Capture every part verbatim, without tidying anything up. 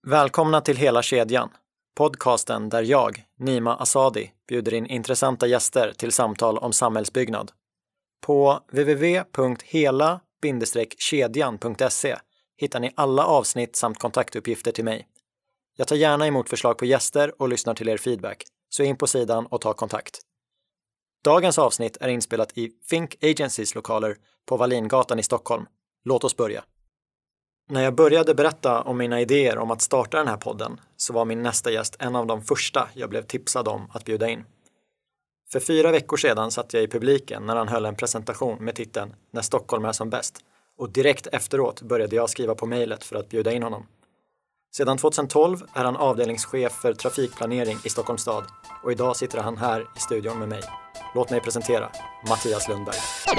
Välkomna till Hela kedjan, podcasten där jag, Nima Asadi, bjuder in intressanta gäster till samtal om samhällsbyggnad. På w w w punkt hela kedjan punkt se hittar ni alla avsnitt samt kontaktuppgifter till mig. Jag tar gärna emot förslag på gäster och lyssnar till er feedback, så in på sidan och ta kontakt. Dagens avsnitt är inspelat i Think Agencys lokaler på Wallingatan i Stockholm. Låt oss börja. När jag började berätta om mina idéer om att starta den här podden så var min nästa gäst en av de första jag blev tipsad om att bjuda in. För fyra veckor sedan satt jag i publiken när han höll en presentation med titeln När Stockholm är som bäst, och direkt efteråt började jag skriva på mejlet för att bjuda in honom. Sedan tjugohundratolv är han avdelningschef för trafikplanering i Stockholms stad och idag sitter han här i studion med mig. Låt mig presentera Mattias Lundberg.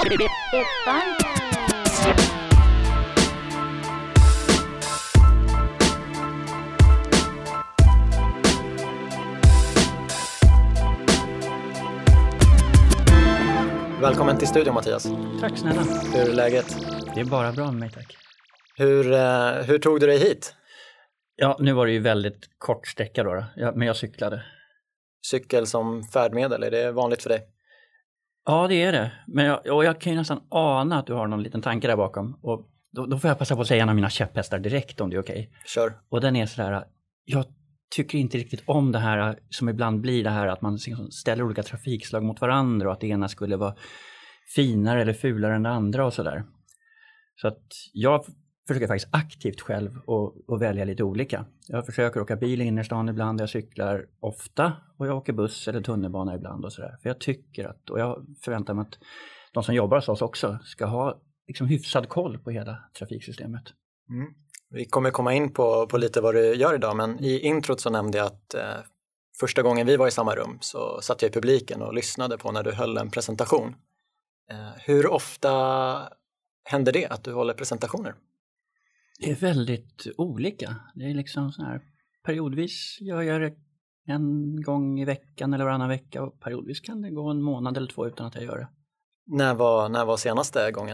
Välkommen till studion, Mattias. Tack snälla. Hur är läget? Det är bara bra med mig, tack. Hur, eh, hur tog du dig hit? Ja, nu var det ju väldigt kort sträcka då, då. Ja, men jag cyklade. Cykel som färdmedel, är det vanligt för dig? Ja, det är det. Men jag, och jag kan ju nästan ana att du har någon liten tanke där bakom. Och då, då får jag passa på att säga en av mina käpphästar direkt om det är okej. Kör. Och den är sådär, jag tycker inte riktigt om det här som ibland blir det här att man ställer olika trafikslag mot varandra och att det ena skulle vara finare eller fulare än det andra och sådär. Så att jag försöker faktiskt aktivt själv och, och välja lite olika. Jag försöker åka bil i innerstan ibland, jag cyklar ofta och jag åker buss eller tunnelbana ibland och sådär. För jag tycker att, och jag förväntar mig att de som jobbar hos oss också ska ha liksom hyfsad koll på hela trafiksystemet. Mm. Vi kommer komma in på, på lite vad du gör idag, men i introt så nämnde jag att eh, första gången vi var i samma rum så satt jag i publiken och lyssnade på när du höll en presentation. Eh, hur ofta händer det att du håller presentationer? Det är väldigt olika. Det är liksom så här, periodvis gör jag det en gång i veckan eller varannan vecka och periodvis kan det gå en månad eller två utan att jag gör det. När var, när var senaste gången?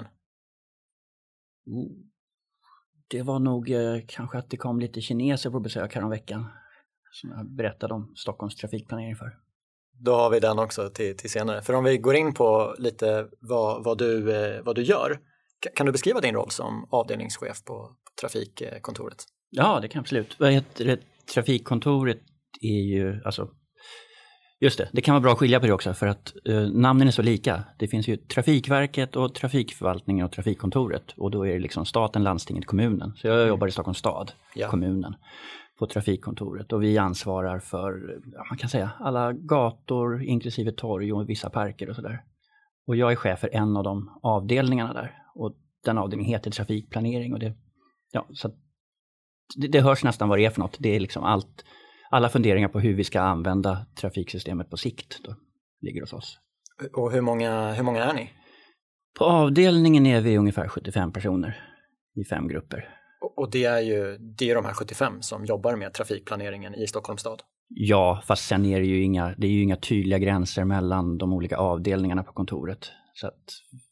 Oh. Det var nog eh, kanske att det kom lite kineser på besök här om veckan som jag berättade om Stockholms trafikplanering för. Då har vi den också till, till senare. För om vi går in på lite vad, vad, du, eh, vad du gör, kan du beskriva din roll som avdelningschef på, på trafikkontoret? Ja, det kan absolut. Vad heter det? Trafikkontoret är ju, alltså, just det, det kan vara bra att skilja på det också för att eh, namnen är så lika. Det finns ju Trafikverket och Trafikförvaltningen och Trafikkontoret och då är det liksom staten, landstinget, kommunen. Så jag jobbar i Stockholms stad, ja. Kommunen, på Trafikkontoret och vi ansvarar för, man kan säga, alla gator inklusive torg och vissa parker och sådär. Och jag är chef för en av de avdelningarna där och den avdelningen heter trafikplanering och det, ja, så det, det hörs nästan vad det är för något. Det är liksom allt. Alla funderingar på hur vi ska använda trafiksystemet på sikt då ligger hos oss. Och hur många, hur många är ni? På avdelningen är vi ungefär sjuttiofem personer i fem grupper. Och, och det är ju det är de här sjuttiofem som jobbar med trafikplaneringen i Stockholms stad? Ja, fast sen är det ju inga, det är ju inga tydliga gränser mellan de olika avdelningarna på kontoret. Så att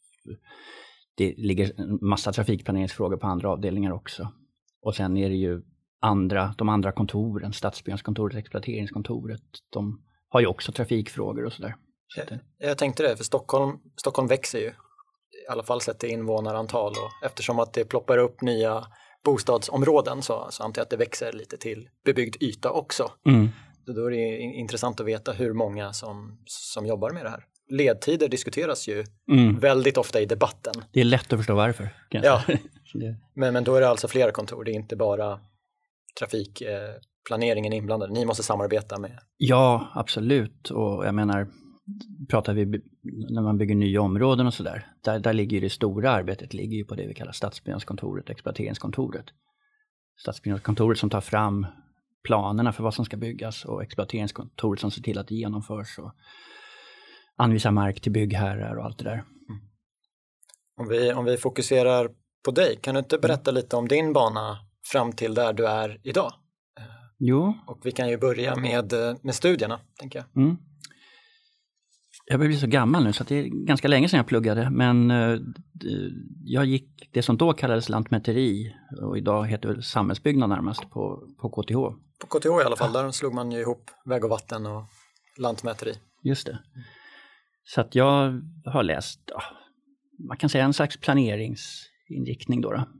det ligger en massa trafikplaneringsfrågor på andra avdelningar också. Och sen är det ju andra, de andra kontoren, stadsbyggnadskontoret, exploateringskontoret, de har ju också trafikfrågor och sådär. Så jag, jag tänkte det, för Stockholm, Stockholm växer ju, i alla fall sett till invånarantal och eftersom att det ploppar upp nya bostadsområden så, så antar jag att det växer lite till bebyggd yta också. Mm. Då är det intressant att veta hur många som, som jobbar med det här. Ledtider diskuteras ju mm. väldigt ofta i debatten. Det är lätt att förstå varför. Ja, men, men då är det alltså flera kontor, det är inte bara trafikplaneringen eh, inblandad. Ni måste samarbeta med. Ja, absolut. Och jag menar, pratar vi när man bygger nya områden och sådär. Där, där ligger det stora arbetet ligger ju på det vi kallar stadsbyggnadskontoret, exploateringskontoret. Stadsbyggnadskontoret som tar fram planerna för vad som ska byggas och exploateringskontoret som ser till att det genomförs och anvisar mark till byggherrar och allt det där. Mm. Om vi, om vi fokuserar på dig, kan du inte berätta lite om din bana fram till där du är idag? Jo. Och vi kan ju börja med, med studierna, tänker jag. Mm. Jag börjar bli så gammal nu så att det är ganska länge sedan jag pluggade. Men eh, jag gick det som då kallades lantmäteri och idag heter det samhällsbyggnad närmast på, på K T H. På K T H i alla fall, där slog man ju ihop väg och vatten och lantmäteri. Just det. Så att jag har läst, ja, man kan säga en slags planeringsinriktning då. då. Mm.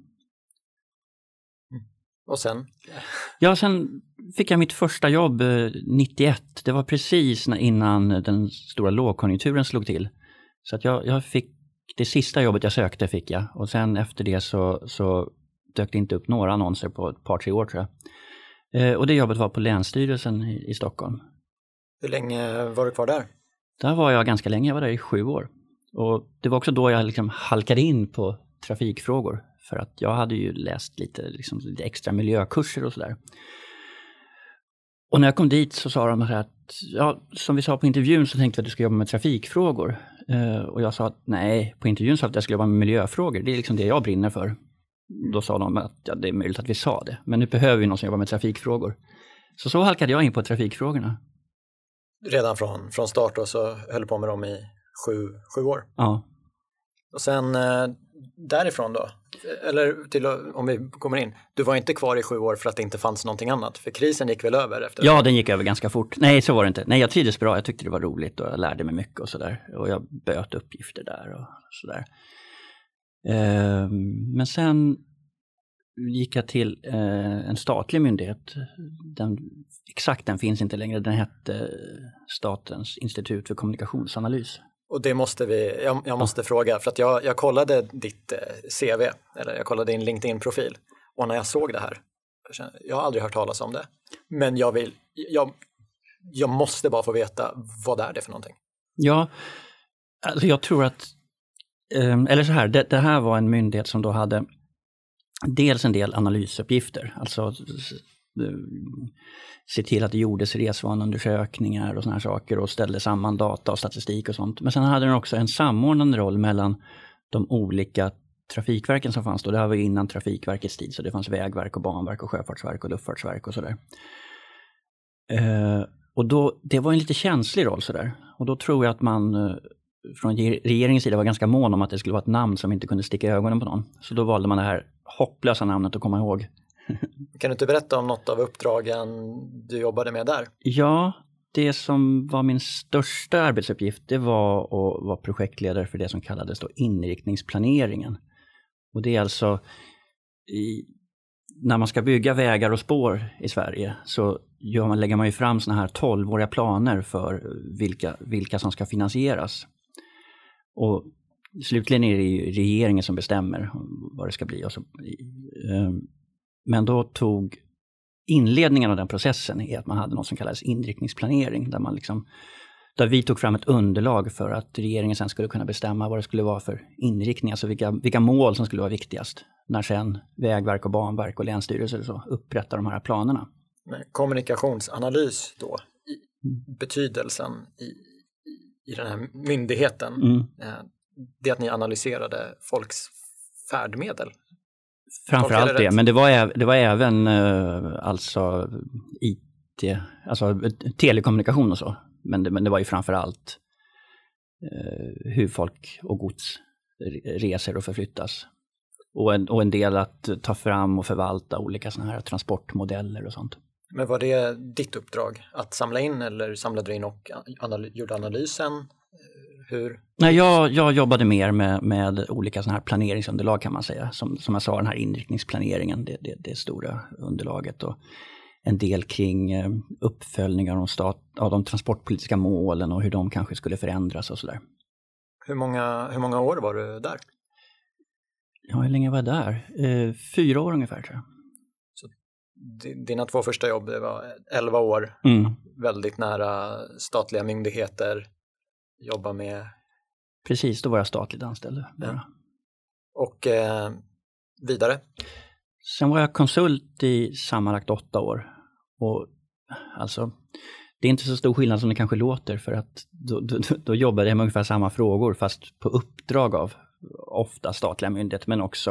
Och sen? Ja, sen fick jag mitt första jobb eh, nittioett. Det var precis när, innan den stora lågkonjunkturen slog till. Så att jag, jag fick, det sista jobbet jag sökte fick jag. Och sen efter det så, så dök det inte upp några annonser på ett par, tre år tror jag. Eh, och det jobbet var på Länsstyrelsen i, i Stockholm. Hur länge var du kvar där? Där var jag ganska länge, jag var där i sju år. Och det var också då jag liksom halkade in på trafikfrågor. För att jag hade ju läst lite, liksom, lite extra miljökurser och sådär. Och när jag kom dit så sa de att, ja, som vi sa på intervjun så tänkte vi att du ska jobba med trafikfrågor. Uh, och jag sa att nej, på intervjun sa att jag skulle jobba med miljöfrågor. Det är liksom det jag brinner för. Då sa de att ja, det är möjligt att vi sa det. Men nu behöver vi någon som jobbar med trafikfrågor. Så så halkade jag in på trafikfrågorna. Redan från, från start och så höll på med dem i sju, sju år. Ja. Och sen eh, därifrån då, eller till, om vi kommer in, du var inte kvar i sju år för att det inte fanns någonting annat, för krisen gick väl över efter det? Ja, den gick över ganska fort. Nej, så var det inte. Nej, jag trivdes bra, jag tyckte det var roligt och jag lärde mig mycket och sådär. Och jag böt uppgifter där och sådär. Eh, men sen gick jag till eh, en statlig myndighet. Den, exakt den finns inte längre, den hette Statens institut för kommunikationsanalys. Och det måste vi, jag, jag måste ja. fråga, för att jag, jag kollade ditt eh, C V, eller jag kollade din LinkedIn-profil, och när jag såg det här, jag, kände, jag har aldrig hört talas om det, men jag vill, jag, jag måste bara få veta, vad är det för någonting? Ja, alltså jag tror att, eh, eller så här, det, det här var en myndighet som då hade dels en del analysuppgifter, alltså se till att det gjordes resvaneundersökningar och såna här saker och ställde samman data och statistik och sånt. Men sen hade den också en samordnande roll mellan de olika trafikverken som fanns då. Det här var ju innan Trafikverkets tid, så det fanns Vägverk och Banverk och Sjöfartsverk och Luftfartsverk och sådär. Eh, och då, det var en lite känslig roll sådär. Och då tror jag att man eh, från regeringens sida var ganska mån om att det skulle vara ett namn som inte kunde sticka i ögonen på någon. Så då valde man det här hopplösa namnet att komma ihåg. Kan du inte berätta om något av uppdragen du jobbade med där? Ja, det som var min största arbetsuppgift, det var att vara projektledare för det som kallades då inriktningsplaneringen. Och det är alltså i, när man ska bygga vägar och spår i Sverige så gör man, lägger man ju fram såna här tolvåriga planer för vilka, vilka som ska finansieras. Och slutligen är det ju regeringen som bestämmer vad det ska bli. Och så, men då tog inledningen av den processen i att man hade något som kallades inriktningsplanering, där man liksom, där vi tog fram ett underlag för att regeringen sen skulle kunna bestämma vad det skulle vara för inriktning, alltså vilka, vilka mål som skulle vara viktigast när sen Vägverk och Banverk och Länsstyrelser och så upprättar de här planerna. Men kommunikationsanalys då, i betydelsen i, i den här myndigheten, mm. det att ni analyserade folks färdmedel. Framförallt det, men det var, det var även alltså I T, alltså telekommunikation och så. Men det, men det var ju framförallt eh, hur folk och gods reser och förflyttas. Och en, och en del att ta fram och förvalta olika såna här transportmodeller och sånt. Men var det ditt uppdrag att samla in, eller samlade du in och anal- gjorde analysen? Hur? Nej, jag, jag jobbade mer med, med olika såna här planeringsunderlag kan man säga. Som, som jag sa, den här inriktningsplaneringen, det, det, det stora underlaget. Och en del kring uppföljningar av, stat, av de transportpolitiska målen och hur de kanske skulle förändras och sådär. Hur många, hur många år var du där? Ja, hur länge var jag där? Eh, fyra år ungefär tror jag. Så dina två första jobb, det var elva år, mm. väldigt nära statliga myndigheter, jobba med... Precis, då var jag statligt anställd. Ja. Och eh, vidare? Sen var jag konsult i sammanlagt åtta år. Och alltså, det är inte så stor skillnad som det kanske låter, för att då, då, då jobbade jag med ungefär samma frågor fast på uppdrag av ofta statliga myndigheter, men också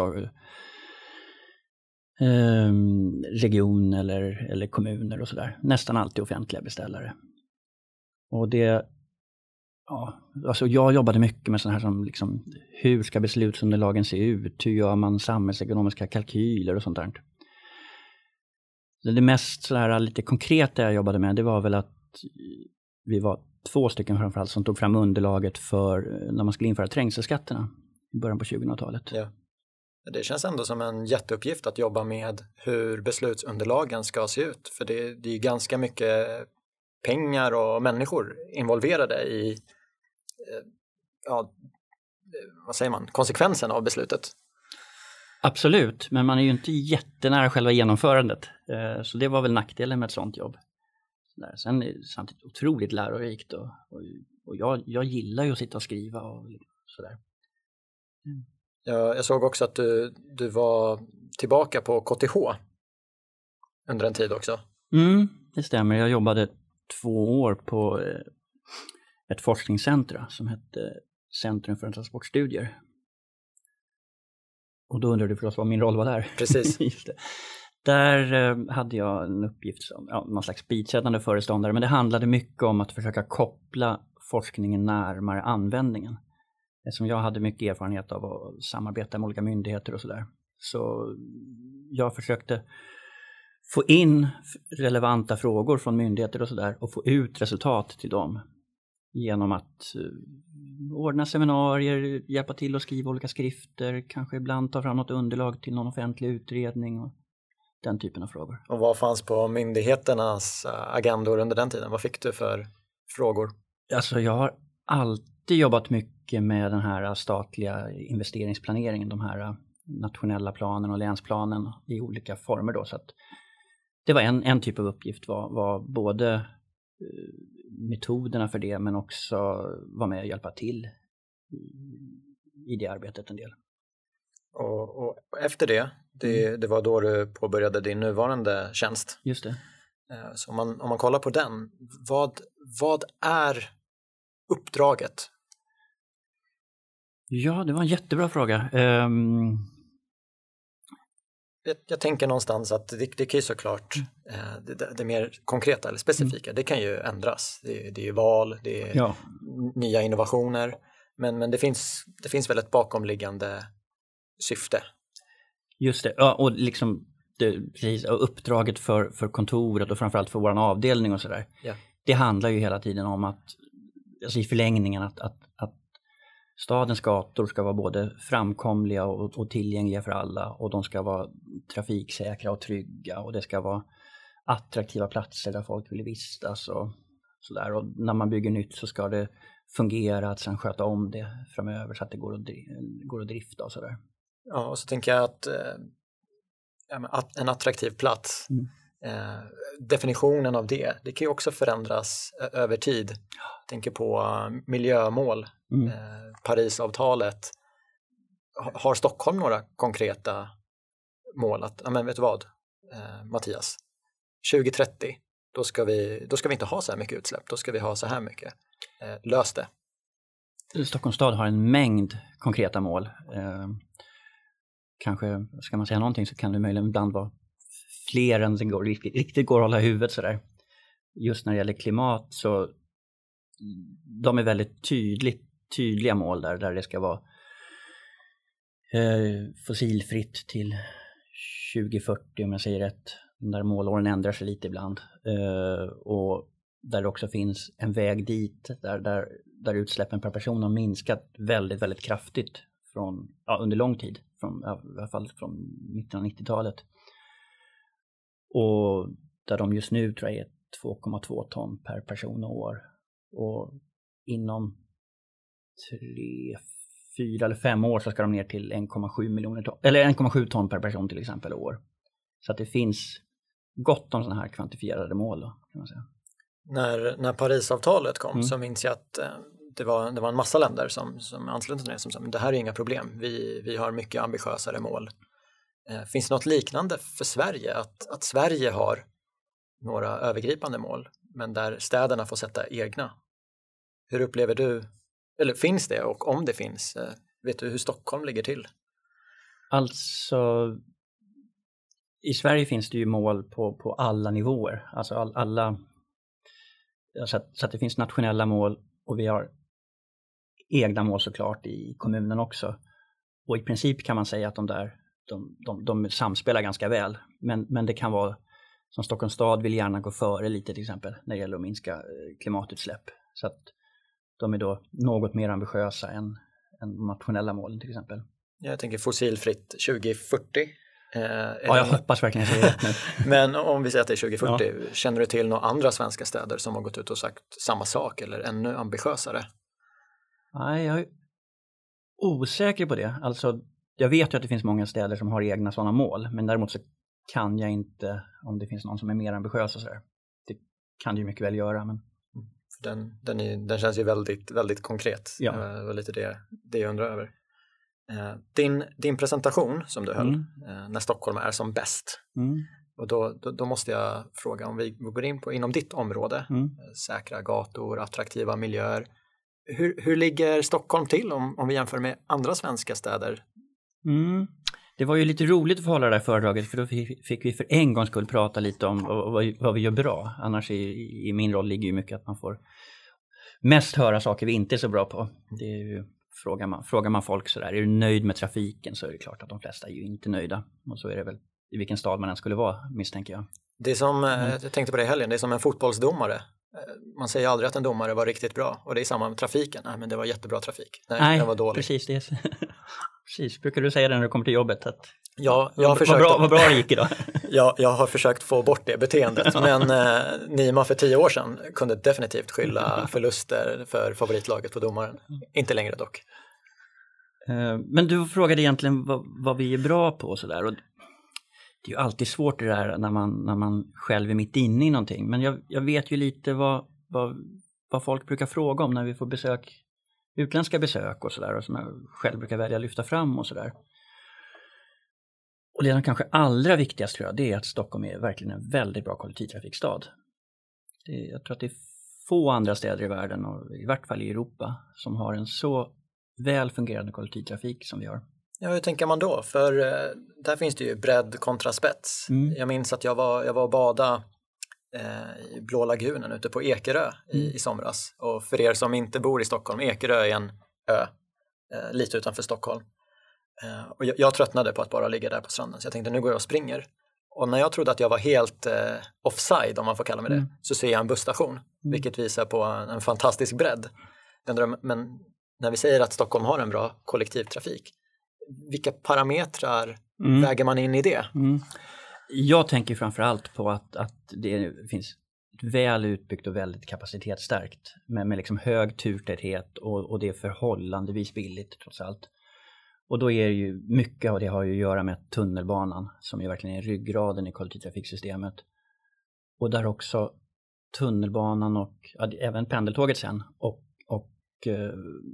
eh, region eller, eller kommuner och sådär. Nästan alltid offentliga beställare. Och det Ja, alltså jag jobbade mycket med sådana här som liksom, hur ska beslutsunderlagen se ut? Hur gör man samhällsekonomiska kalkyler och sånt där. Det mest så här lite konkreta jag jobbade med, det var väl att vi var två stycken framförallt som tog fram underlaget för när man skulle införa trängselskatterna i början på tjugohundratalet. Ja. Det känns ändå som en jätteuppgift att jobba med hur beslutsunderlagen ska se ut. För det, det är ganska mycket pengar och människor involverade i ja, vad säger man, konsekvensen av beslutet. Absolut, men man är ju inte jättenära själva genomförandet. Så det var väl nackdelen med ett sånt jobb. Sen är det samtidigt otroligt lärorikt och, och, och jag, jag gillar ju att sitta och skriva och sådär. Mm. Jag, jag såg också att du, du var tillbaka på K T H under en tid också. Mm, det stämmer. Jag jobbade två år på ett forskningscentra som hette Centrum för transportstudier. Och då undrade du förstås vad min roll var där. Precis. Just det. Där eh, hade jag en uppgift som ja, någon slags biträdande föreståndare, men det handlade mycket om att försöka koppla forskningen närmare användningen. Eftersom jag hade mycket erfarenhet av att samarbeta med olika myndigheter och sådär. Så jag försökte få in relevanta frågor från myndigheter och sådär och få ut resultat till dem genom att ordna seminarier, hjälpa till att skriva olika skrifter, kanske ibland ta fram något underlag till någon offentlig utredning och den typen av frågor. Och vad fanns på myndigheternas agendor under den tiden? Vad fick du för frågor? Alltså jag har alltid jobbat mycket med den här statliga investeringsplaneringen, de här nationella planen och länsplanen i olika former då. Så att det var en, en typ av uppgift var, var både metoderna för det men också vara med och hjälpa till i det arbetet en del. Och, och efter det, det, mm. det var då du påbörjade din nuvarande tjänst. Just det. Så om man, om man kollar på den, vad, vad är uppdraget? Ja, det var en jättebra fråga. Um... Jag, jag tänker någonstans att det, det kan ju såklart, eh, det, det mer konkreta eller specifika, mm. det kan ju ändras. Det, det är val, det är ja. nya innovationer, men, men det, finns, det finns väl ett bakomliggande syfte. Just det, ja, och liksom det, precis, och uppdraget för, för kontoret och framförallt för vår avdelning och sådär. Ja. Det handlar ju hela tiden om att, alltså i förlängningen att, att, att stadens gator ska vara både framkomliga och, och tillgängliga för alla och de ska vara trafiksäkra och trygga och det ska vara attraktiva platser där folk vill vistas och sådär. Och när man bygger nytt så ska det fungera att sen sköta om det framöver så att det går att, går att drifta och sådär. Ja, och så tänker jag att, eh, att en attraktiv plats, mm. eh, definitionen av det, det kan ju också förändras eh, över tid. Jag tänker på uh, miljömål, mm. eh, Parisavtalet. Ha, har Stockholm några konkreta mål? Att, ja, men vet du vad, eh, Mattias? tjugo trettio, då ska, vi, då ska vi inte ha så här mycket utsläpp, då ska vi ha så här mycket. Eh, lös det. Stockholms stad har en mängd konkreta mål. Eh, kanske, ska man säga någonting så kan det möjligen ibland vara fler än det går, riktigt, riktigt går att hålla i huvudet sådär. Just när det gäller klimat så de är väldigt tydligt, tydliga mål där, där det ska vara eh, fossilfritt till tjugo fyrtio om jag säger rätt. Där målåren ändrar sig lite ibland. Eh, och där det också finns en väg dit där, där, där utsläppen per person har minskat väldigt, väldigt kraftigt från, ja, under lång tid. Från, ja, i alla fall från mitten av nittiotalet. Och där de just nu tror jag är två komma två ton per person och år. Och inom tre, fyra eller fem år så ska de ner till en komma sju miljoner ton, eller en komma sju ton per person till exempel år. Så att det finns gott om sådana här kvantifierade mål då, kan man säga. När, när Parisavtalet kom mm. så minns jag att eh, det, var, det var en massa länder som, som anslöt till det som sa det här är inga problem, vi, vi har mycket ambitiösare mål. Eh, finns det något liknande för Sverige? Att, att Sverige har några övergripande mål men där städerna får sätta egna. Hur upplever du, eller finns det och om det finns, eh, vet du hur Stockholm ligger till? Alltså i Sverige finns det ju mål på, på alla nivåer, alltså all, alla så att, så att det finns nationella mål och vi har egna mål såklart i kommunen också. Och i princip kan man säga att de där de, de, de samspelar ganska väl. Men, men det kan vara som Stockholms stad vill gärna gå före lite till exempel när det gäller att minska klimatutsläpp. Så att de är då något mer ambitiösa än, än de nationella målen till exempel. Jag tänker fossilfritt tjugo fyrtio. Eh, ja, jag hoppas verkligen att jag säger rätt nu. Men om vi säger att det är tjugo fyrtio, ja. Känner du till några andra svenska städer som har gått ut och sagt samma sak eller ännu ambitiösare? Nej, jag är osäker på det. Alltså, jag vet ju att det finns många städer som har egna sådana mål, men däremot så kan jag inte om det finns någon som är mer ambitiös och sådär. Det kan det ju mycket väl göra, men... Den, den, är, den känns ju väldigt, väldigt konkret. Ja. Det var lite det, det jag undrar över. Din, din presentation som du höll mm. när Stockholm är som bäst. Mm. Och då, då, då måste jag fråga om vi går in på inom ditt område. Mm. Säkra gator, attraktiva miljöer. Hur, hur ligger Stockholm till om, om vi jämför med andra svenska städer? Mm. Det var ju lite roligt att få hålla det här föredraget, för då fick vi för en gångs skull prata lite om vad, vad vi gör bra. Annars i, i min roll ligger ju mycket att man får mest höra saker vi inte är så bra på. Det är ju, frågar, man, frågar man folk sådär, är du nöjd med trafiken, så är det klart att de flesta är ju inte nöjda. Och så är det väl i vilken stad man än skulle vara, misstänker jag. Det är som, mm. jag tänkte på det i helgen, det är som en fotbollsdomare. Man säger aldrig att en domare var riktigt bra, och det är samma med trafiken. Nej, men det var jättebra trafik. Nej, Nej den var dålig. Precis det. Precis, brukar du säga det när du kommer till jobbet? Att ja, jag har försökt, vad, bra, vad bra det gick idag. ja, jag har försökt få bort det beteendet, men eh, Nima för tio år sedan kunde definitivt skylla förluster för favoritlaget på domaren. Inte längre dock. Men du frågade egentligen vad, vad vi är bra på och sådär. Och det är ju alltid svårt det där när man, när man själv är mitt inne i någonting. Men jag, jag vet ju lite vad, vad, vad folk brukar fråga om när vi får besök, utländska besök och sådär. Och som jag själv brukar välja att lyfta fram och sådär. Och det är kanske allra viktigast tror jag, det är att Stockholm är verkligen en väldigt bra kollektivtrafikstad. Det är, jag tror att det är få andra städer i världen, och i vart fall i Europa, som har en så väl fungerande kollektivtrafik som vi har. Ja, hur tänker man då? För eh, där finns det ju bredd kontra spets. Mm. Jag minns att jag var, jag var och bada eh, i Blå lagunen ute på Ekerö mm. i, i somras. Och för er som inte bor i Stockholm, Ekerö är en ö eh, lite utanför Stockholm. Eh, och jag, jag tröttnade på att bara ligga där på stranden, så jag tänkte nu går jag och springer. Och när jag trodde att jag var helt eh, offside, om man får kalla mig det, mm. så ser jag en busstation, mm. vilket visar på en, en fantastisk bredd. Men när vi säger att Stockholm har en bra kollektivtrafik, vilka parametrar mm. väger man in i det? Mm. Jag tänker framförallt på att, att det finns ett väl utbyggt och väldigt kapacitetsstarkt med, med liksom hög turtäthet, och, och det är förhållandevis billigt trots allt. Och då är det ju mycket av det har ju att göra med tunnelbanan, som ju verkligen är ryggraden i kollektivtrafiksystemet. Och där också tunnelbanan och ja, även pendeltåget sen och, och eh,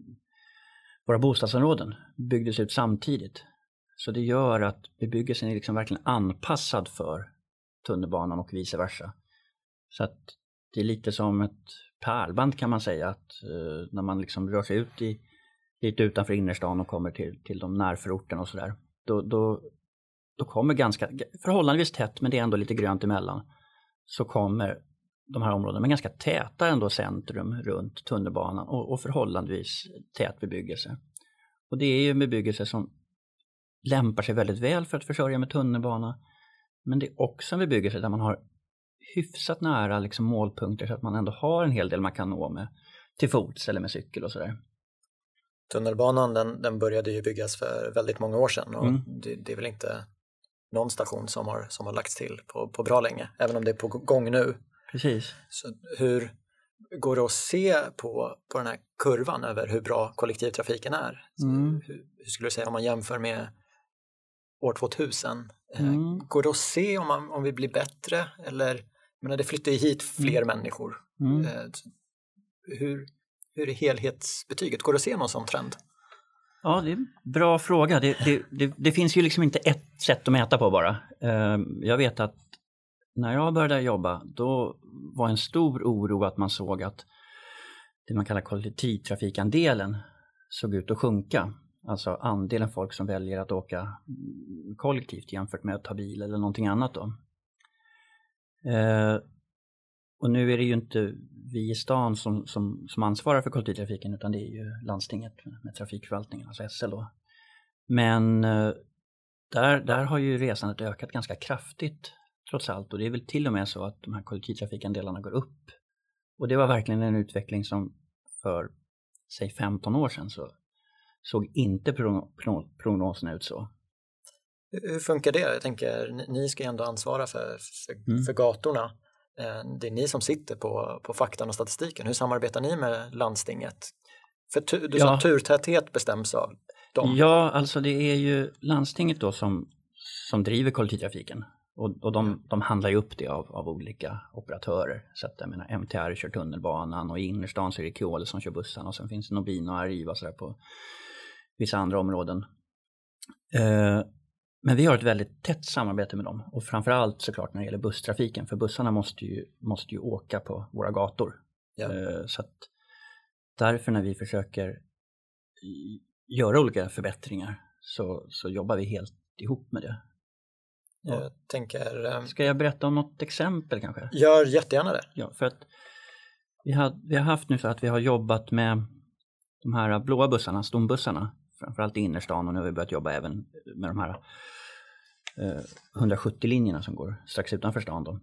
våra bostadsområden byggdes ut samtidigt. Så det gör att bebyggelsen är liksom verkligen anpassad för tunnelbanan och vice versa. Så att det är lite som ett pärlband kan man säga, att eh, när man liksom rör sig ut i lite utanför innerstan och kommer till, till de närförorterna och sådär. Då, då, då kommer ganska, förhållandevis tätt, men det är ändå lite grönt emellan. Så kommer de här områdena med ganska täta ändå centrum runt tunnelbanan och, och förhållandevis tät bebyggelse. Och det är ju en bebyggelse som lämpar sig väldigt väl för att försörja med tunnelbana. Men det är också en bebyggelse där man har hyfsat nära liksom målpunkter, så att man ändå har en hel del man kan nå med till fots eller med cykel och sådär. Tunnelbanan den, den började ju byggas för väldigt många år sedan, och mm. det, det är väl inte någon station som har, som har lagts till på, på bra länge, även om det är på gång nu. Precis. Så hur går det att se på, på den här kurvan över hur bra kollektivtrafiken är? Mm. Hur, hur skulle du säga om man jämför med år tvåtusen? Mm. Går det att se om, man, om vi blir bättre? Eller, men det flyttar ju hit fler mm. människor. Mm. Hur, hur är helhetsbetyget? Går det att se någon sån trend? Ja, det är en bra fråga. Det, det, det, det finns ju liksom inte ett sätt att mäta på bara. Jag vet att när jag började jobba, då var en stor oro att man såg att det man kallar kollektivtrafikandelen såg ut att sjunka. Alltså andelen folk som väljer att åka kollektivt jämfört med att ta bil eller någonting annat då. Eh, och nu är det ju inte vi i stan som, som, som ansvarar för kollektivtrafiken, utan det är ju landstinget med trafikförvaltningen, alltså S L då. Men där, där har ju resandet ökat ganska kraftigt trots allt, och det är väl till och med så att de här kollektivtrafikandelarna går upp. Och det var verkligen en utveckling som för, säg femton år sedan så såg inte prognoserna ut så. Hur funkar det? Jag tänker, ni ska ju ändå ansvara för, för, mm. för gatorna. Det är ni som sitter på, på faktan och statistiken. Hur samarbetar ni med landstinget? För tu, du sa ja. turtäthet bestäms av dem. Ja, alltså det är ju landstinget då som, som driver kollektivtrafiken. Och, och de, de handlar ju upp det av, av olika operatörer. Så att jag menar, M T R kör tunnelbanan och i innerstan så är det Keolis som kör bussarna. Och sen finns det Nobina och Arriva så där på vissa andra områden. Eh, men vi har ett väldigt tätt samarbete med dem. Och framförallt såklart när det gäller busstrafiken. För bussarna måste ju, måste ju åka på våra gator. Ja. Eh, så att därför när vi försöker göra olika förbättringar så, så jobbar vi helt ihop med det. Jag ja. tänker... Um... Ska jag berätta om något exempel kanske? Gör jättegärna det. Ja, för att vi har, vi har haft nu så att vi har jobbat med de här blåa bussarna, stombussarna, framförallt i innerstan, och nu har vi börjat jobba även med de här eh, hundrasjuttio-linjerna som går strax utanför stan då.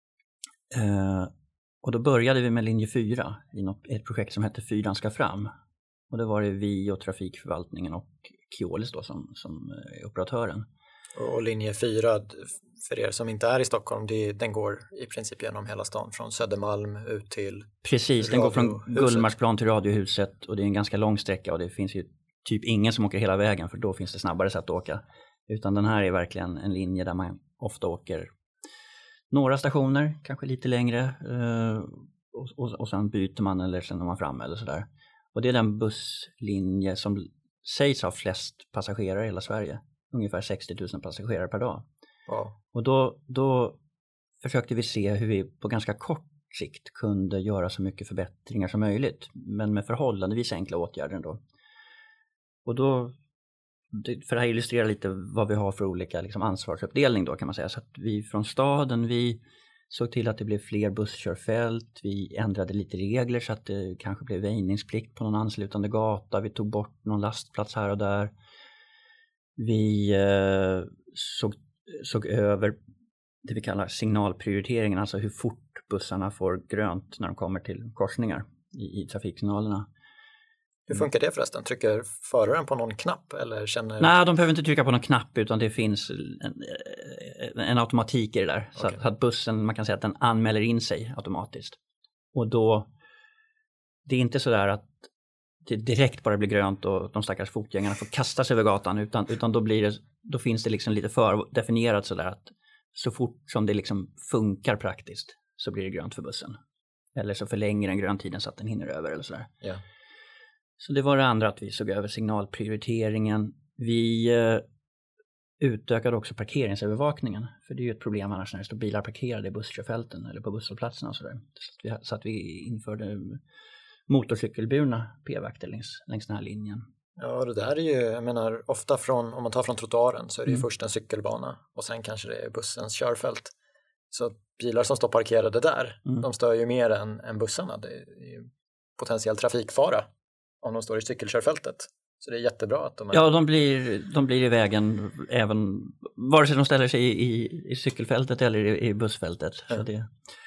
Eh, och då började vi med linje fyra i något, ett projekt som hette Fyran ska fram. Och det var det vi och trafikförvaltningen och Keolis då som, som är operatören. Och linje fyra, för er som inte är i Stockholm, det, den går i princip genom hela stan, från Södermalm ut till Precis, den går från Gullmarsplan till Radiohuset, och det är en ganska lång sträcka och det finns ju typ ingen som åker hela vägen, för då finns det snabbare sätt att åka. Utan den här är verkligen en linje där man ofta åker några stationer, kanske lite längre, och, och, och sen byter man eller sen är man fram eller sådär. Och det är den busslinje som sägs ha flest passagerare i hela Sverige. Ungefär sextio tusen passagerare per dag. Wow. Och då, då försökte vi se hur vi på ganska kort sikt kunde göra så mycket förbättringar som möjligt. Men med förhållandevis enkla åtgärder då. Och då, för att illustrera lite vad vi har för olika liksom, ansvarsuppdelning då kan man säga. Så att vi från staden, vi såg till att det blev fler busskörfält. Vi ändrade lite regler så att det kanske blev väjningsplikt på någon anslutande gata. Vi tog bort någon lastplats här och där. Vi eh, såg, såg över det vi kallar signalprioriteringen, alltså hur fort bussarna får grönt när de kommer till korsningar i, i trafiksignalerna. Hur funkar det förresten? Trycker föraren på någon knapp? Eller känner... Nej, de behöver inte trycka på någon knapp, utan det finns en, en automatik i det där. Så, okay. att, så att bussen, man kan säga att den anmäler in sig automatiskt. Och då, det är inte så där att det direkt bara blir grönt och de stackars fotgängarna får kasta sig över gatan, utan, utan då, blir det, då finns det liksom lite fördefinierat sådär att så fort som det liksom funkar praktiskt så blir det grönt för bussen. Eller så förlänger den gröntiden så att den hinner över eller sådär. Ja. Så det var det andra, att vi såg över signalprioriteringen. Vi eh, utökade också parkeringsövervakningen. För det är ju ett problem annars när det står bilar parkerade i busskörfälten eller på busshållplatserna och sådär. Så att vi, så att vi införde motorcykelburna p-vakter längs, längs den här linjen. Ja, det där är ju, jag menar, ofta från, om man tar från trottoaren så är det ju mm. först en cykelbana och sen kanske det är bussens körfält. Så bilar som står parkerade där, mm. de stör ju mer än, än bussarna. Det är ju potentiell trafikfara om de står i cykelkörfältet. Så det är jättebra att de är... Ja, de blir, de blir i vägen även, vare sig de ställer sig i, i, i cykelfältet eller i, i bussfältet. Mm. Så det,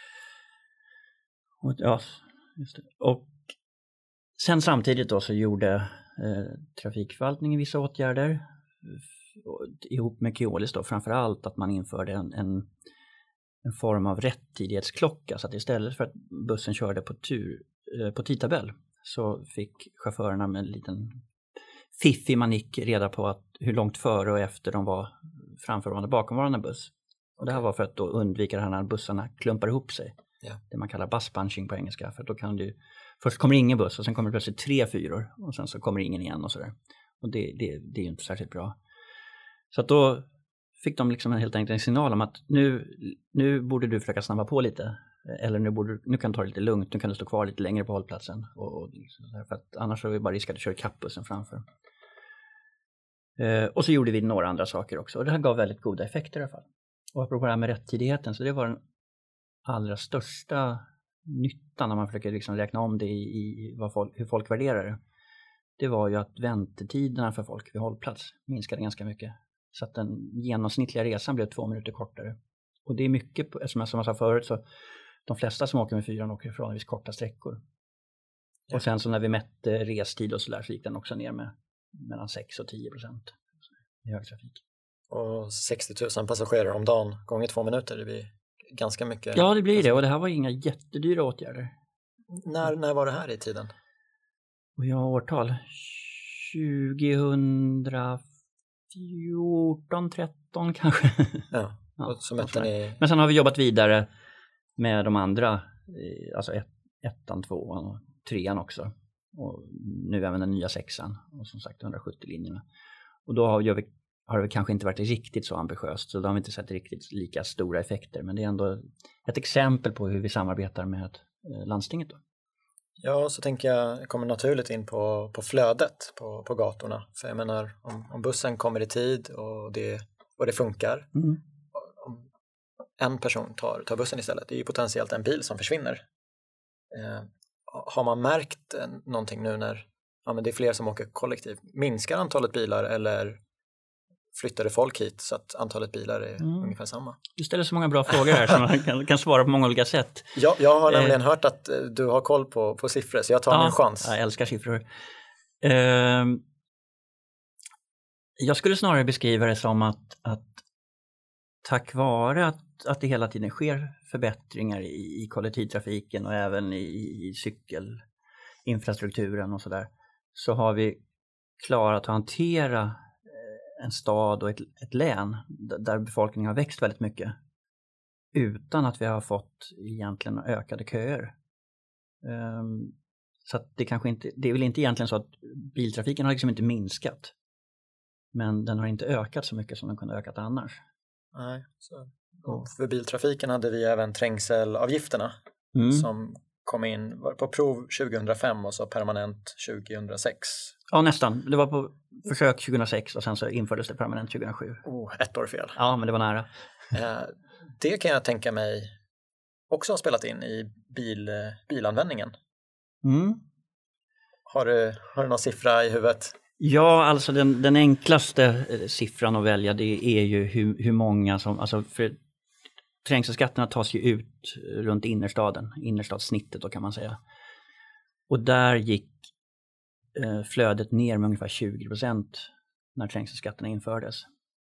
och, ja, just det. Och sen samtidigt då så gjorde eh, trafikförvaltningen vissa åtgärder f- ihop med Keolis då, framförallt att man införde en, en, en form av rättidighetsklocka, så att istället för att bussen körde på tur eh, på tidtabell så fick chaufförerna med en liten fiffig manick reda på att hur långt före och efter de var framförvarande bakomvarande buss. Och det här var för att då undvika det här när bussarna klumpar ihop sig. Yeah. Det man kallar bus bunching på engelska. För då kan du, först kommer ingen buss och sen kommer det plötsligt tre fyror och sen så kommer ingen igen och sådär. Och det, det, det är ju inte särskilt bra. Så att då fick de liksom helt enkelt en signal om att nu, nu borde du försöka snabba på lite. Eller nu, borde, nu kan du ta det lite lugnt, nu kan du stå kvar lite längre på hållplatsen. Och, och liksom, för att annars har vi bara risk att du kör kapp bussen framför. Eh, och så gjorde vi några andra saker också. Och det här gav väldigt goda effekter i alla fall. Och apropå det här med rättidigheten, så det var den allra största nyttan när man försöker liksom räkna om det i, i vad folk, hur folk värderar det. Det var ju att väntetiderna för folk vid hållplats minskade ganska mycket. Så att den genomsnittliga resan blev två minuter kortare. Och det är mycket, som jag, som jag sa förut, så de flesta som åker med fyran åker förhållandevis korta sträckor. Ja. Och sen så när vi mätte restid och så där så gick den också ner med mellan sex och tio procent i högtrafik. Och sextio tusen passagerare om dagen gånger två minuter, det blir ganska mycket. Ja, det blir det, och det här var inga jättedyra åtgärder. När, när var det här i tiden? Och jag har årtal tjugofjorton tretton kanske. Ja, och så mätte ni... Men sen har vi jobbat vidare med de andra, alltså ett, ettan, tvåan och trean också. Och nu även den nya sexan och som sagt hundrasjuttio linjerna. Och då har, vi, har det kanske inte varit riktigt så ambitiöst, så då har vi inte sett riktigt lika stora effekter. Men det är ändå ett exempel på hur vi samarbetar med landstinget då. Ja, så tänker jag kommer naturligt in på, på flödet på, på gatorna. För jag menar, om, om bussen kommer i tid och det, och det funkar, mm. om en person tar, tar bussen istället, det är ju potentiellt en bil som försvinner. Eh, har man märkt någonting nu när ja, men det är fler som åker kollektivt? Minskar antalet bilar eller flyttade folk hit så att antalet bilar är mm. ungefär samma? Du ställer så många bra frågor här som man kan, kan svara på många olika sätt. Ja, jag har nämligen eh. hört att du har koll på, på siffror, så jag tar ja, min chans. Jag älskar siffror. Eh, jag skulle snarare beskriva det som att, att tack vare att, att det hela tiden sker förbättringar i, i kollektivtrafiken och även i, i cykelinfrastrukturen och sådär, så har vi klarat att hantera en stad och ett, ett län där befolkningen har växt väldigt mycket utan att vi har fått egentligen ökade köer. Um, så att det kanske inte, det är väl inte egentligen så att biltrafiken har liksom inte minskat, men den har inte ökat så mycket som den kunde ökat annars. Nej, så. Och för biltrafiken hade vi även trängselavgifterna mm. som kom in var på prov tjugohundrafem och så permanent tjugohundrasex. Ja, nästan. Det var på försök tjugohundrasex och sen så infördes det permanent tjugohundrasju. Oh, ett år fel. Ja, men det var nära. Eh, det kan jag tänka mig också har spelat in i bil, bilanvändningen. Mm. Har du, har du någon siffra i huvudet? Ja, alltså den, den enklaste siffran att välja, det är ju hur, hur många som, alltså för trängselskatterna tas ju ut runt innerstaden, innerstadssnittet då kan man säga. Och där gick eh, flödet ner med ungefär tjugo procent när trängselskatterna infördes.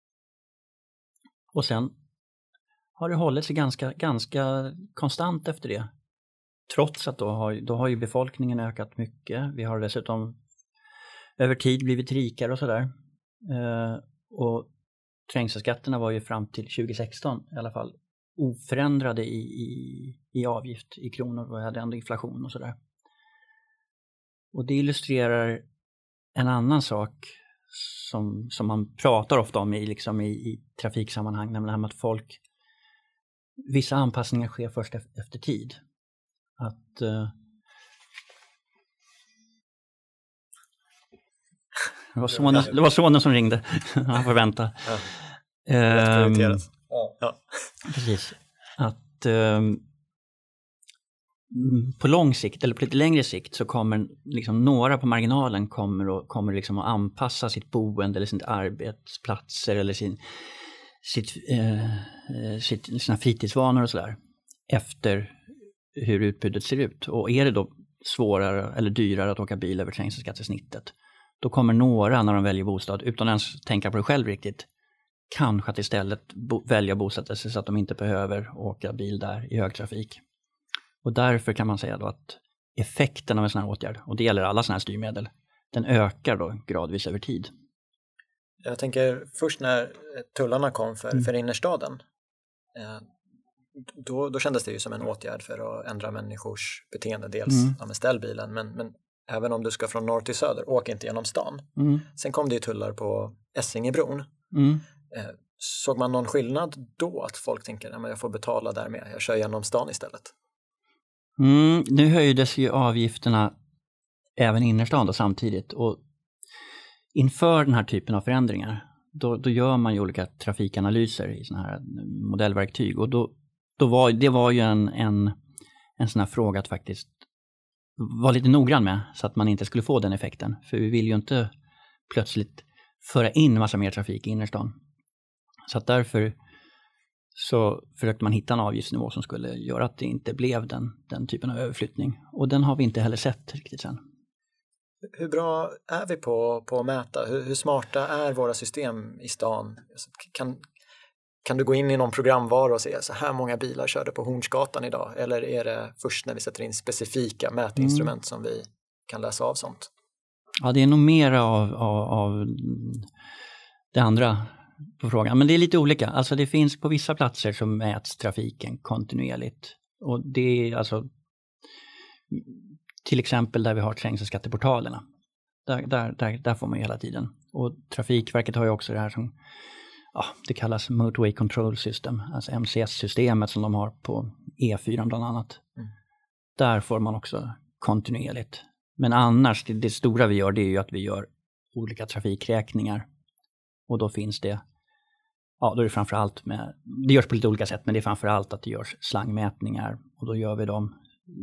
Och sen har det hållit sig ganska, ganska konstant efter det. Trots att då har, då har ju befolkningen ökat mycket. Vi har dessutom över tid blivit rikare och sådär. Eh, och trängselskatterna var ju fram till tjugohundrasexton i alla fall oförändrade i, i, i avgift i kronor, och hade ändå inflation och sådär. Och det illustrerar en annan sak som, som man pratar ofta om i, liksom i, i trafiksammanhang, nämligen det här med att folk, vissa anpassningar sker först efter tid. Att uh, det, var sonen, det var sonen som ringde. Han får vänta. Ja. Um, ja. Precis. Att um, på lång sikt eller på lite längre sikt så kommer liksom några på marginalen kommer, och, kommer liksom att anpassa sitt boende eller sina arbetsplatser eller sin, sitt, eh, sitt, sina fritidsvanor och sådär efter hur utbudet ser ut. Och är det då svårare eller dyrare att åka bil över trängselskattesnittet, då kommer några när de väljer bostad utan ens tänka på det själv riktigt kanske att istället bo- välja bosätta sig så att de inte behöver åka bil där i högtrafik. Och därför kan man säga då att effekten av en sån här åtgärd, och det gäller alla såna här styrmedel, den ökar då gradvis över tid. Jag tänker först när tullarna kom för, mm. för innerstaden, eh, då, då kändes det ju som en åtgärd för att ändra människors beteende. Dels mm. ja, med ställbilen, men, men även om du ska från norr till söder, åk inte genom stan. Mm. Sen kom det ju tullar på Essingebron. Mm. Eh, såg man någon skillnad då att folk tänker att jag får betala där med, jag kör genom stan istället? Mm, nu höjdes ju avgifterna även i innerstan då samtidigt, och inför den här typen av förändringar då, då gör man ju olika trafikanalyser i såna här modellverktyg, och då, då var, det var ju en, en, en sån här fråga att faktiskt vara lite noggrann med så att man inte skulle få den effekten. För vi vill ju inte plötsligt föra in massa mer trafik i innerstan. Så att därför så försökte man hitta en avgiftsnivå som skulle göra att det inte blev den, den typen av överflyttning. Och den har vi inte heller sett riktigt sen. Hur bra är vi på, på att mäta? Hur, hur smarta är våra system i stan? Kan, kan du gå in i någon programvara och se så här många bilar körde på Hornsgatan idag? Eller är det först när vi sätter in specifika mätinstrument mm. som vi kan läsa av sånt? Ja, det är nog mer av, av, av det andra på frågan. Men det är lite olika. Alltså det finns på vissa platser som mäts trafiken kontinuerligt. Och det är alltså till exempel där vi har trängselskatteportalerna. Där, där, där, där får man ju hela tiden. Och Trafikverket har ju också det här som ja, det kallas Motorway Control System. Alltså M C S-systemet som de har på E fyra bland annat. Mm. Där får man också kontinuerligt. Men annars, det, det stora vi gör det är ju att vi gör olika trafikräkningar. Och då finns det, ja då är det framförallt med, det görs på lite olika sätt men det är framförallt att det görs slangmätningar. Och då gör vi dem,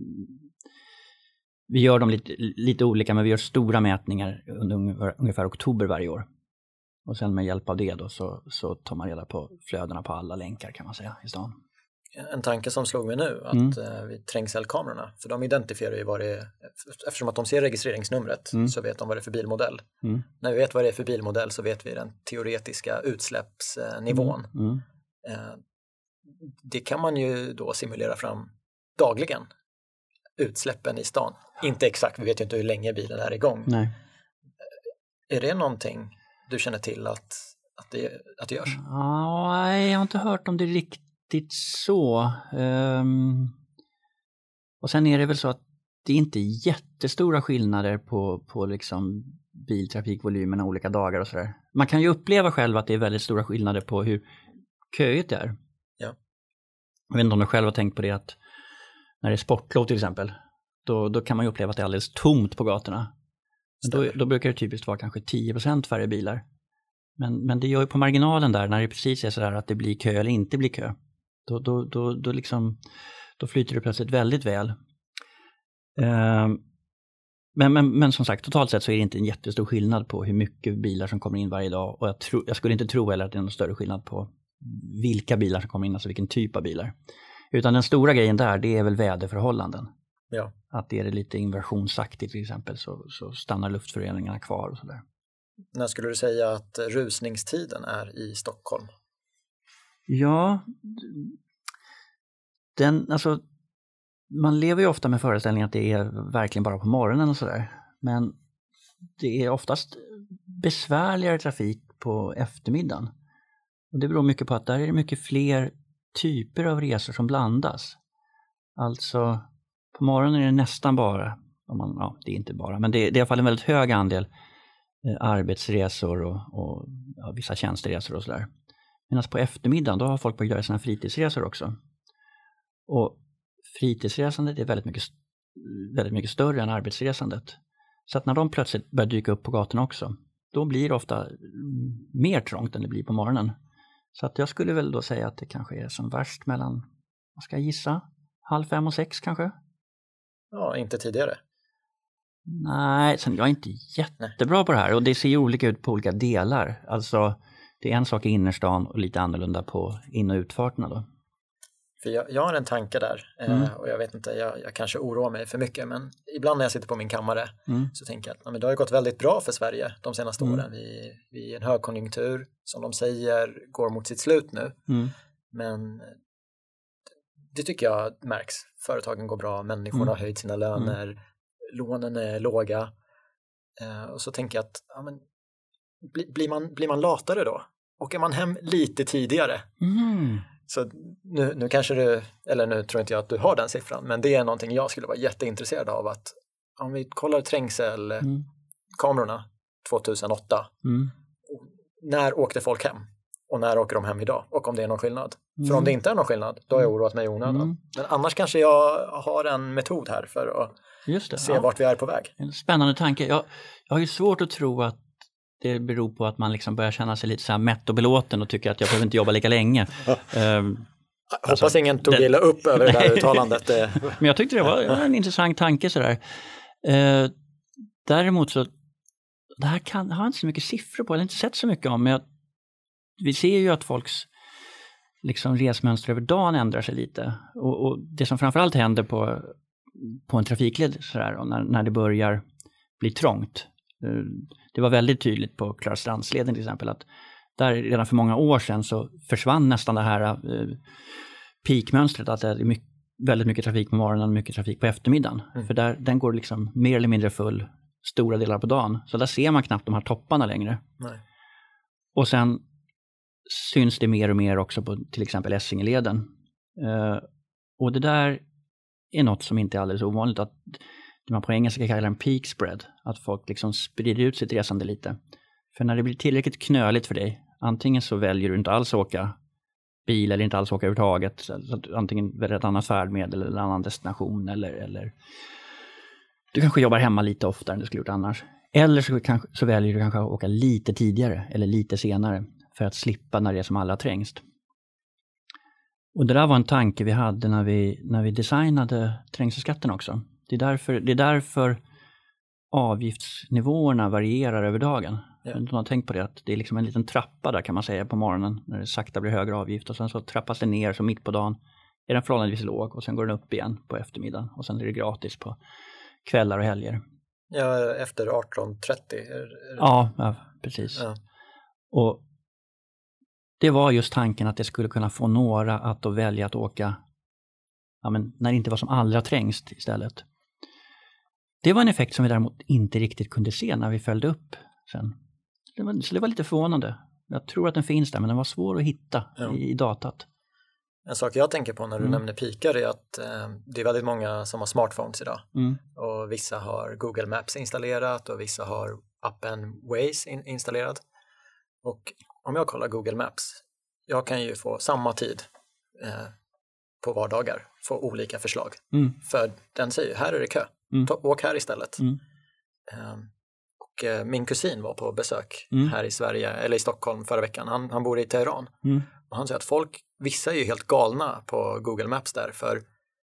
vi gör dem lite, lite olika men vi gör stora mätningar under ungefär, ungefär oktober varje år. Och sen med hjälp av det då så, så tar man reda på flödena på alla länkar kan man säga i stan. En tanke som slog mig nu att mm. vid trängselkamerorna, för de identifierar ju vad det är, eftersom att de ser registreringsnumret mm. så vet de vad det är för bilmodell. Mm. När vi vet vad det är för bilmodell så vet vi den teoretiska utsläppsnivån. Mm. Mm. Det kan man ju då simulera fram dagligen, utsläppen i stan. Inte exakt, vi vet ju inte hur länge bilen är igång. Nej. Är det någonting du känner till att, att, det, att det görs? Ja, jag har inte hört om det riktigt så. Um, och sen är det väl så att det är inte jättestora skillnader på, på liksom biltrafikvolymerna olika dagar och sådär. Man kan ju uppleva själv att det är väldigt stora skillnader på hur köigt det är. Ja. Jag vet inte om du själv har tänkt på det att när det är sportlov till exempel, då, då kan man ju uppleva att det är alldeles tomt på gatorna. Då, då brukar det typiskt vara kanske tio procent färre bilar. Men, men det gör ju på marginalen där, när det precis är sådär att det blir kö eller inte blir kö. Då, då, då, då, liksom, då flyter det plötsligt väldigt väl. Uh, men, men, men som sagt, totalt sett så är det inte en jättestor skillnad på hur mycket bilar som kommer in varje dag. Och jag, tro, jag skulle inte tro heller att det är någon större skillnad på vilka bilar som kommer in, alltså vilken typ av bilar. Utan den stora grejen där, det är väl väderförhållanden. Ja. Att är det lite inversionsaktigt till exempel så, så stannar luftföroreningarna kvar och sådär. När skulle du säga att rusningstiden är i Stockholm? Ja, den, alltså, man lever ju ofta med föreställningen att det är verkligen bara på morgonen och sådär. Men det är oftast besvärligare trafik på eftermiddagen. Och det beror mycket på att där är det mycket fler typer av resor som blandas. Alltså på morgonen är det nästan bara, om man, ja det är inte bara, men det, det är i alla fall en väldigt hög andel eh, arbetsresor och, och ja, vissa tjänsteresor och sådär. Medan på eftermiddagen då har folk börjat göra sina fritidsresor också. Och fritidsresandet är väldigt mycket, väldigt mycket större än arbetsresandet. Så att när de plötsligt börjar dyka upp på gatorna också, då blir det ofta mer trångt än det blir på morgonen. Så att jag skulle väl då säga att det kanske är som värst mellan, vad ska jag gissa, halv fem och sex kanske? Ja, inte tidigare. Nej, sen jag är inte jättebra Nej. på det här. Och det ser ju olika ut på olika delar. Alltså, det är en sak i innerstan och lite annorlunda på in- och utfarterna då. För jag, jag har en tanke där. Mm. Eh, och jag vet inte, jag, jag kanske oroar mig för mycket. Men ibland när jag sitter på min kammare mm. så tänker jag att ja, men det har gått väldigt bra för Sverige de senaste mm. åren. Vi, vi är i en högkonjunktur som de säger går mot sitt slut nu. Mm. Men det tycker jag märks. Företagen går bra, människorna mm. har höjt sina löner, mm. lånen är låga. Eh, och så tänker jag att ja, men, bli, blir, man, blir man latare då? Åker man hem lite tidigare? Mm. Så nu, nu kanske du, eller nu tror inte jag att du har den siffran, men det är någonting jag skulle vara jätteintresserad av att om vi kollar trängselkamerorna mm. tjugohundraåtta, mm. när åkte folk hem? Och när åker de hem idag? Och om det är någon skillnad. Mm. För om det inte är någon skillnad, då har jag oroat mig i onödan. Mm. Men annars kanske jag har en metod här för att Just det, se ja. vart vi är på väg. En spännande tanke. Jag, jag har ju svårt att tro att det beror på att man liksom börjar känna sig lite så här mätt och belåten och tycker att jag behöver inte jobba lika länge. um, Hoppas alltså, ingen tog illa upp över det där uttalandet. Men jag tyckte det var en intressant tanke sådär. Eh, däremot så, det här kan, har jag inte så mycket siffror på, jag har inte sett så mycket om, men jag, vi ser ju att folks liksom resmönster över dagen ändrar sig lite. Och, och det som framförallt händer på, på en trafikled sådär, och när, när det börjar bli trångt. Eh, det var väldigt tydligt på Klarastrandsleden till exempel, att där redan för många år sedan så försvann nästan det här eh, peakmönstret, att det är mycket, väldigt mycket trafik på morgonen och mycket trafik på eftermiddagen. Mm. För där, den går liksom mer eller mindre full stora delar på dagen. Så där ser man knappt de här topparna längre. Nej. Och sen syns det mer och mer också på till exempel Essingeleden. Eh, och det där är något som inte är alldeles ovanligt, att man på engelska kallar en peak spread. Att folk liksom sprider ut sitt resande lite. För när det blir tillräckligt knöligt för dig, antingen så väljer du inte alls åka bil eller inte alls åka överhuvudtaget. Så att antingen väljer ett annat färdmedel eller en annan destination. Eller, eller du kanske jobbar hemma lite oftare än du skulle gjort annars. Eller så, kanske, så väljer du kanske att åka lite tidigare eller lite senare för att slippa när det är som allra trängst. Och det där var en tanke vi hade när vi, när vi designade trängselskatten också. Det är därför, det är därför avgiftsnivåerna varierar över dagen. Ja. Du har tänkt på det, att det är liksom en liten trappa där kan man säga på morgonen när det sakta blir högre avgift, och sen så trappas det ner, så mitt på dagen är den förhållandevis låg och sen går den upp igen på eftermiddagen och sen är det gratis på kvällar och helger. Ja, efter arton trettio. Ja, ja, precis. Ja. Och det var just tanken att det skulle kunna få några att då välja att åka, ja, men när det inte var som allra trängst istället. Det var en effekt som vi däremot inte riktigt kunde se när vi följde upp sen. Det var, så det var lite förvånande. Jag tror att den finns där, men den var svår att hitta ja. i, i datat. En sak jag tänker på när du mm. nämner pikar är att eh, det är väldigt många som har smartphones idag. Mm. Och vissa har Google Maps installerat och vissa har appen Waze in- installerad. Och om jag kollar Google Maps, jag kan ju få samma tid eh, på vardagar, få olika förslag. Mm. För den säger, här är det kö. Mm. Ta, åk här istället. Mm. Um, och uh, min kusin var på besök mm. här i Sverige, eller i Stockholm förra veckan. Han, han bor i Teheran. Mm. Och han säger att folk, vissa är ju helt galna på Google Maps där. För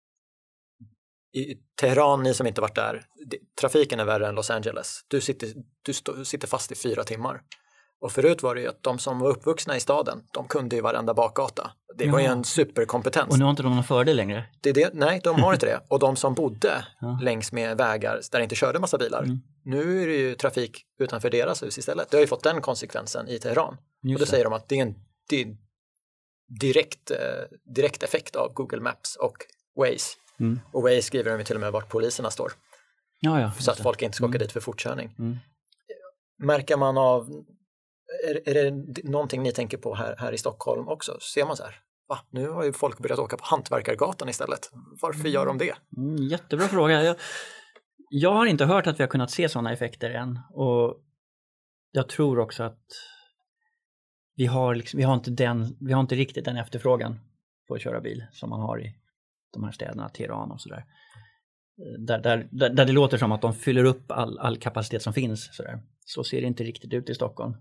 i Teheran, ni som inte varit där, det, trafiken är värre än Los Angeles. Du sitter, du stå, sitter fast i fyra timmar. Och förut var det ju att de som var uppvuxna i staden, de kunde ju varenda bakgata. Det ja. var ju en superkompetens. Och nu har inte de någon fördel längre? Det är det, nej, de har inte det. Och de som bodde ja. längs med vägar där det inte körde massa bilar, mm. nu är det ju trafik utanför deras hus istället. Det har ju fått den konsekvensen i Teheran. Just och då det. säger de att det är en det är direkt, eh, direkt effekt av Google Maps och Waze. Mm. Och Waze skriver de ju till och med vart poliserna står. Ja, ja, så att det. folk inte ska åka mm. dit för fortkörning. Mm. Märker man av... Är, är det någonting ni tänker på här, här i Stockholm också? Ser man så här, va? Nu har ju folk börjat åka på Hantverkargatan istället. Varför gör de det? Mm, jättebra fråga. Jag, jag har inte hört att vi har kunnat se sådana effekter än. Och jag tror också att vi har, liksom, vi har, inte, den, vi har inte riktigt den efterfrågan på att köra bil som man har i de här städerna, Teheran och sådär. Där, där, där, där det låter som att de fyller upp all, all kapacitet som finns. Sådär. Så ser det inte riktigt ut i Stockholm.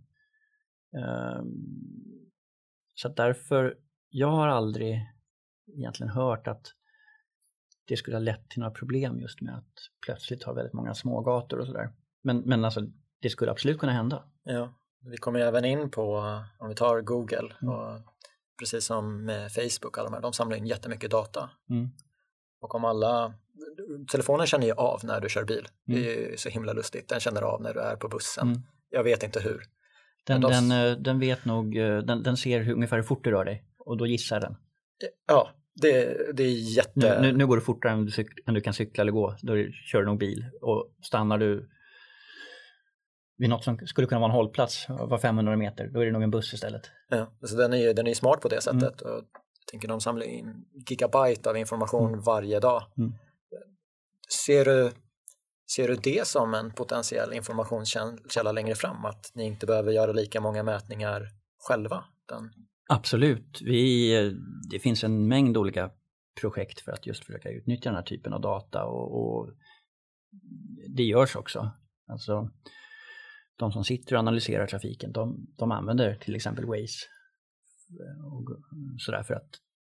Um, så därför, jag har aldrig egentligen hört att det skulle ha lett till några problem just med att plötsligt ha väldigt många smågator och sådär. Men, men alltså, det skulle absolut kunna hända. Ja, vi kommer ju även in på, om vi tar Google, mm. och precis som med Facebook, alla de här, de samlar in jättemycket data. Mm. Och om alla, telefonen känner ju av när du kör bil. Mm. Det är ju så himla lustigt, den känner av när du är på bussen. Mm. Jag vet inte hur. Den, de... den, den vet nog, den, den ser hur, ungefär hur fort du rör dig och då gissar den. Ja, det, det är jätte... Nu, nu, nu går det fortare än du, cyk, än du kan cykla eller gå, då kör du nog bil. Och stannar du vid något som skulle kunna vara en hållplats var femhundra meter, då är det nog en buss istället. Ja, så den är ju den är smart på det sättet. Mm. Och jag tänker de samlar in gigabyte av information mm. varje dag. Mm. Ser du... Ser du det som en potentiell informationskälla längre fram? Att ni inte behöver göra lika många mätningar själva? Den... Absolut. Vi, det finns en mängd olika projekt för att just försöka utnyttja den här typen av data. Och, och det görs också. Alltså, de som sitter och analyserar trafiken, de, de använder till exempel Waze. Och sådär för att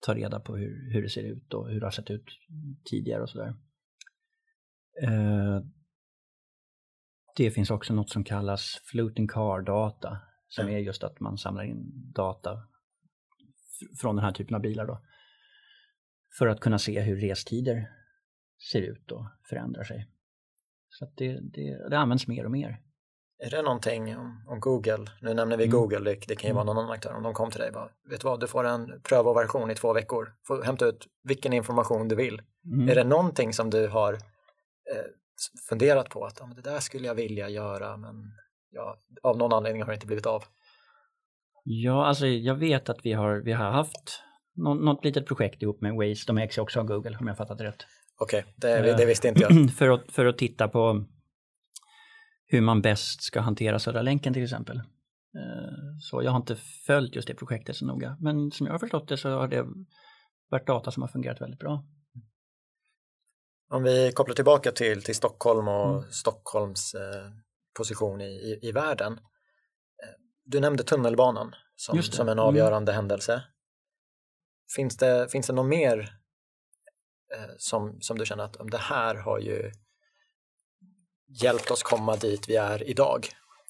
ta reda på hur, hur det ser ut och hur det har sett ut tidigare och sådär. Eh, det finns också något som kallas floating car data, som är just att man samlar in data f- från den här typen av bilar då, för att kunna se hur restider ser ut och förändrar sig. Så att det, det, det används mer och mer. Är det någonting om, om Google? Nu nämner vi mm. Google, det, det kan ju vara någon annan aktör. Om de kom till dig, bara, vet du vad, du får en prövoversion i två veckor. Får hämta ut vilken information du vill. Mm. Är det någonting som du har eh, funderat på att ah, men det där skulle jag vilja göra, men ja, av någon anledning har det inte blivit av? Ja, alltså jag vet att vi har, vi har haft något, något litet projekt ihop med Waze. De ägs också av Google, om jag fattat rätt. Okej, okay, det, det visste inte jag. för, att, för att titta på hur man bäst ska hantera Södra länken till exempel. Så jag har inte följt just det projektet så noga. Men som jag har förstått det så har det varit data som har fungerat väldigt bra. Om vi kopplar tillbaka till, till Stockholm och mm. Stockholms eh, position i, i, i världen. Du nämnde tunnelbanan som, som en avgörande mm. händelse. Finns det, finns det något mer eh, som, som du känner att om det här har ju hjälpt oss komma dit vi är idag?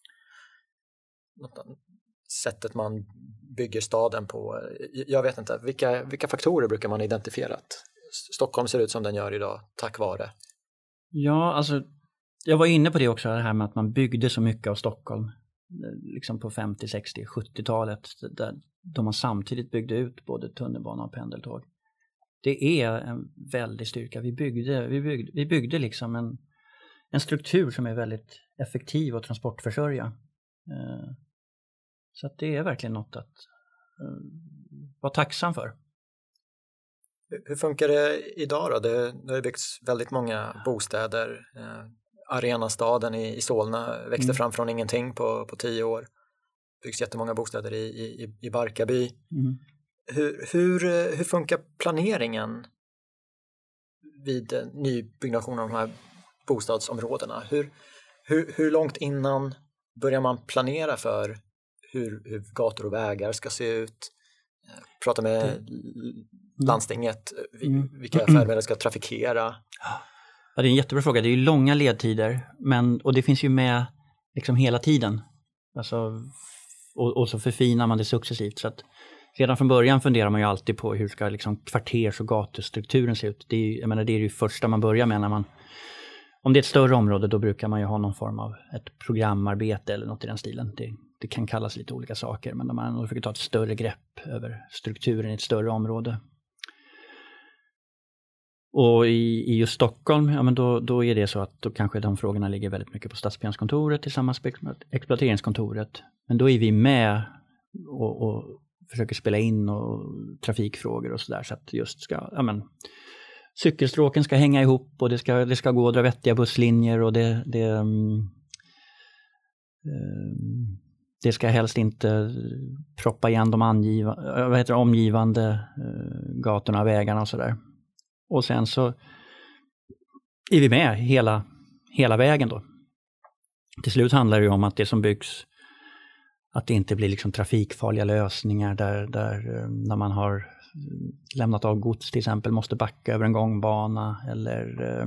Sättet man bygger staden på. Jag vet inte, vilka, vilka faktorer brukar man identifiera att Stockholm ser ut som den gör idag tack vare? Ja, alltså jag var inne på det också, det här med att man byggde så mycket av Stockholm liksom på femtio, sextio, sjuttiotalet där, då man samtidigt byggde ut både tunnelbana och pendeltåg. Det är en väldig styrka. Vi byggde, vi byggde, vi byggde liksom en, en struktur som är väldigt effektiv att transportförsörja. Så att det är verkligen något att vara tacksam för. Hur funkar det idag då? Det, det har byggts väldigt många bostäder. Arenastaden i, i Solna växte mm. fram från ingenting på, på tio år. Byggs jättemånga bostäder i, i, i Barkarby. Mm. Hur, hur, hur funkar planeringen vid nybyggnation av de här bostadsområdena? Hur, hur, hur långt innan börjar man planera för hur, hur gator och vägar ska se ut? Prata med mm. landstinget, vilka färdmedel ska trafikera? Ja, det är en jättebra fråga. Det är ju långa ledtider, men, och det finns ju med liksom hela tiden. Alltså, och, och så förfinar man det successivt. Så att redan från början funderar man ju alltid på hur ska liksom kvarters- och gatustrukturen se ut. Det är, jag menar, det är det första man börjar med när man... Om det är ett större område, då brukar man ju ha någon form av ett programarbete eller något i den stilen. Det, det kan kallas lite olika saker, men man försöker ta ett större grepp över strukturen i ett större område. Och i, i just Stockholm, ja, men då, då är det så att då kanske de frågorna ligger väldigt mycket på Stadsplanskontoret tillsammans med exploateringskontoret. Men då är vi med och, och försöker spela in och trafikfrågor och sådär, så att just ska, ja, men, cykelstråken ska hänga ihop och det ska, det ska gå att dra vettiga busslinjer och det, det, um, det ska helst inte proppa igen de angiva, vad heter det, omgivande uh, gatorna och vägarna och sådär. Och sen så är vi med hela, hela vägen då. Till slut handlar det ju om att det som byggs, att det inte blir liksom trafikfarliga lösningar där, där när man har lämnat av gods till exempel måste backa över en gångbana eller eh,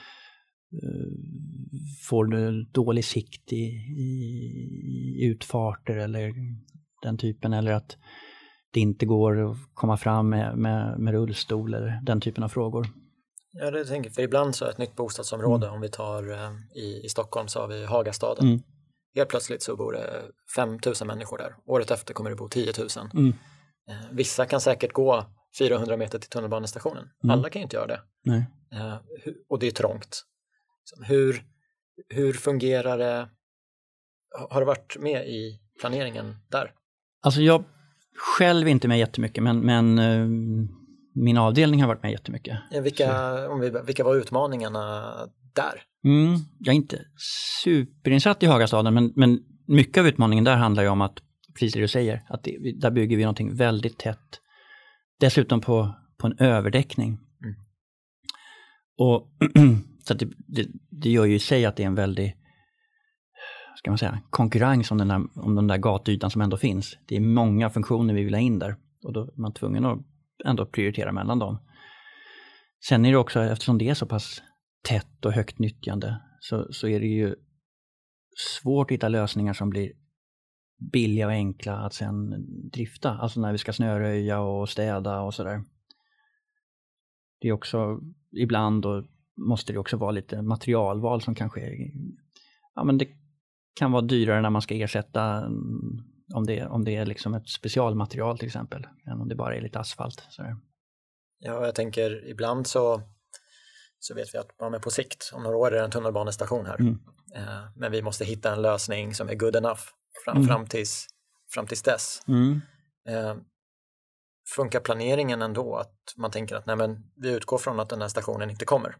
får du dålig sikt i, i utfarter eller den typen, eller att det inte går att komma fram med, med, med rullstol eller den typen av frågor. Ja, det tänker jag. För ibland så är ett nytt bostadsområde, mm. om vi tar eh, i, i Stockholm så har vi Hagastaden. Mm. Helt plötsligt så bor det fem tusen människor där. Året efter kommer det bo tio tusen. Mm. Eh, vissa kan säkert gå fyrahundra meter till tunnelbanestationen. Mm. Alla kan ju inte göra det. Nej. Eh, och det är trångt. Så hur, hur fungerar det? Har du varit med i planeringen där? Alltså jag själv inte med jättemycket, men, men uh, min avdelning har varit med jättemycket. Ja, vilka, om vi, vilka var utmaningarna där? Mm, jag är inte superinsatt i Hagastaden, men, men mycket av utmaningen där handlar ju om att, precis det du säger, att det, där bygger vi någonting väldigt tätt. Dessutom på, på en överdäckning. Mm. Och så att det, det, det gör ju i sig att det är en väldig, ska man säga, konkurrens om den där, om den där gatytan som ändå finns. Det är många funktioner vi vill ha in där. Och då är man tvungen att ändå prioritera mellan dem. Sen är det också, eftersom det är så pass tätt och högt nyttjande, så, så är det ju svårt att hitta lösningar som blir billiga och enkla att sen drifta. Alltså när vi ska snöröja och städa och sådär. Det är också, ibland då måste det också vara lite materialval som kanske, ja men det kan vara dyrare när man ska ersätta, om det, om det är liksom ett specialmaterial till exempel, än om det bara är lite asfalt. Sådär. Ja, jag tänker ibland så, så vet vi att ja, men på sikt, om några år är det en tunnelbanestation här. Mm. Eh, men vi måste hitta en lösning som är good enough fram, mm. fram, tills, fram tills dess. Mm. Eh, funkar planeringen ändå att man tänker att nej, men vi utgår från att den här stationen inte kommer?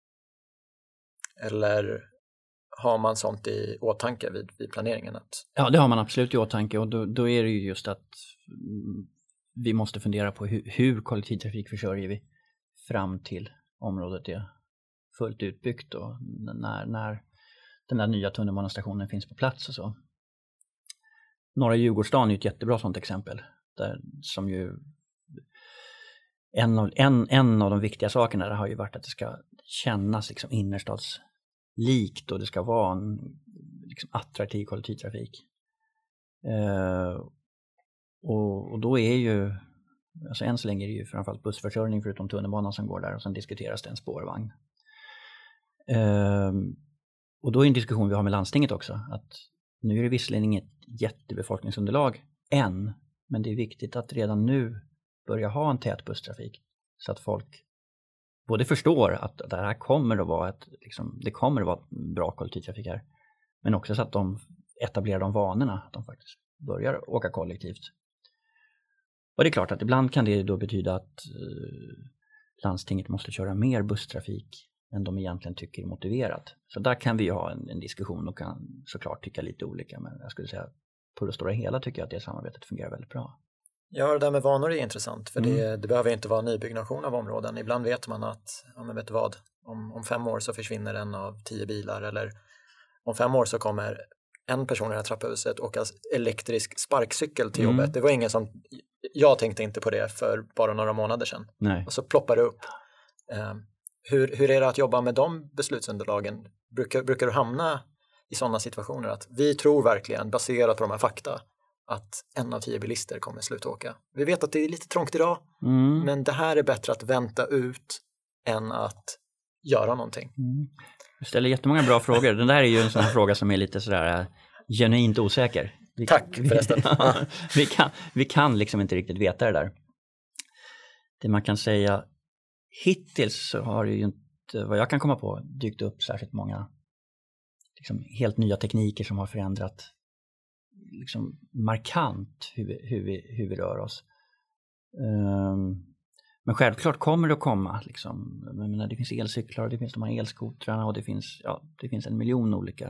Eller har man sånt i åtanke vid, vid planeringen? Att... Ja, det har man absolut i åtanke, och då, då är det ju just att vi måste fundera på hur, hur kollektivtrafik försörjer vi fram till området är fullt utbyggt och när, när den där nya tunnelbanestationen finns på plats och så. Norra Djurgårdsstaden är ett jättebra sånt exempel, där som ju en av, en, en av de viktiga sakerna där har ju varit att det ska kännas liksom innerstadslikt och det ska vara en liksom attraktiv kollektivtrafik. Eh, och, och då är ju, alltså än så länge är det ju framförallt bussförsörjning förutom tunnelbanan som går där, och sen diskuteras det en spårvagn. Eh, och då är en diskussion vi har med landstinget också, att nu är det visserligen inget jättebefolkningsunderlag än, men det är viktigt att redan nu börja ha en tät busstrafik så att folk både förstår att det här kommer att vara ett, liksom, det kommer att vara bra kollektivtrafik här, men också så att de etablerar de vanorna, att de faktiskt börjar åka kollektivt. Och det är klart att ibland kan det då betyda att eh, landstinget måste köra mer busstrafik än de egentligen tycker är motiverat. Så där kan vi ha en, en diskussion och kan såklart tycka lite olika, men jag skulle säga på det stora hela tycker jag att det samarbetet fungerar väldigt bra. Ja, det där med vanor är intressant, för mm. det, det behöver inte vara nybyggnation av områden. Ibland vet man att, ja men vet du vad, om, om fem år så försvinner en av tio bilar, eller om fem år så kommer en person i det här trapphuset åka elektrisk sparkcykel till mm. jobbet. Det var ingen som, jag tänkte inte på det för bara några månader sedan. Nej. Och så ploppar det upp. Um, hur, hur är det att jobba med de beslutsunderlagen? Brukar, brukar du hamna i sådana situationer att vi tror verkligen, baserat på de här fakta, att en av tio bilister kommer sluta åka? Vi vet att det är lite trångt idag, mm. men det här är bättre att vänta ut än att göra någonting. Mm. Du ställer jättemånga bra frågor. Den där är ju en sån här fråga som är lite sådär genuint osäker. Vi, Tack förresten. vi, kan, vi kan liksom inte riktigt veta det där. Det man kan säga, hittills så har det ju inte, vad jag kan komma på, dykt upp särskilt många liksom helt nya tekniker som har förändrat liksom markant hur vi, hur vi, hur vi rör oss. Um, men självklart kommer det att komma. Liksom. Jag menar, det finns elcyklar och det finns de här elskotrarna och det finns, ja, det finns en miljon olika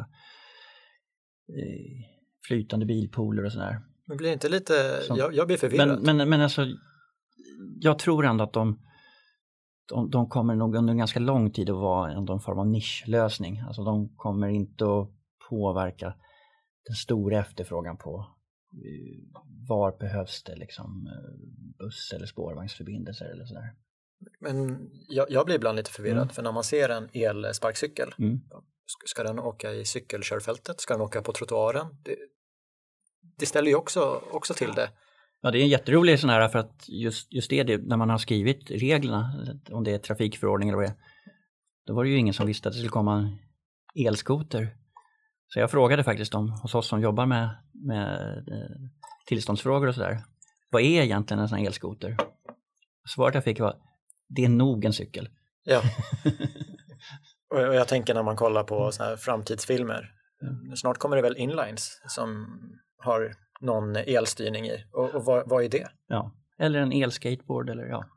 eh, flytande bilpooler och sådär. Men blir det inte lite, som, jag, jag blir förvirrad. Men, men, men alltså, jag tror ändå att de, de, de kommer nog under en ganska lång tid att vara en form av nischlösning. Alltså de kommer inte att påverka den stora efterfrågan på var behövs det liksom buss- eller spårvagnsförbindelser eller sådär. Men jag, jag blir ibland lite förvirrad, mm. för när man ser en elsparkcykel, mm. ska den åka i cykelkörfältet? Ska den åka på trottoaren? Det, det ställer ju också, också till det. Ja, det är en jätterolig sån här, för att just, just det, det, när man har skrivit reglerna, om det är trafikförordning eller vad det är, då var det ju ingen som visste att det skulle komma en elskoter. Så jag frågade faktiskt dem hos oss som jobbar med, med eh, tillståndsfrågor och sådär. Vad är egentligen en sån här elskoter? Svaret jag fick var, det är nog en cykel. Ja. Och jag tänker när man kollar på såna här framtidsfilmer. Mm. Snart kommer det väl inlines som har någon elstyrning i. Och, och vad, vad är det? Ja, eller en elskateboard eller ja.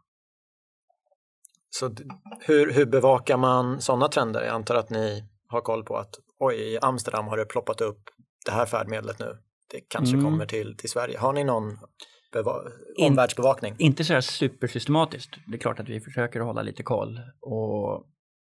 Så hur, hur bevakar man sådana trender? Jag antar att ni har koll på att oj, i Amsterdam har det ploppat upp det här färdmedlet nu. Det kanske mm. kommer till, till Sverige. Har ni någon beva- omvärldsbevakning? In, inte så här supersystematiskt. Det är klart att vi försöker hålla lite koll. Och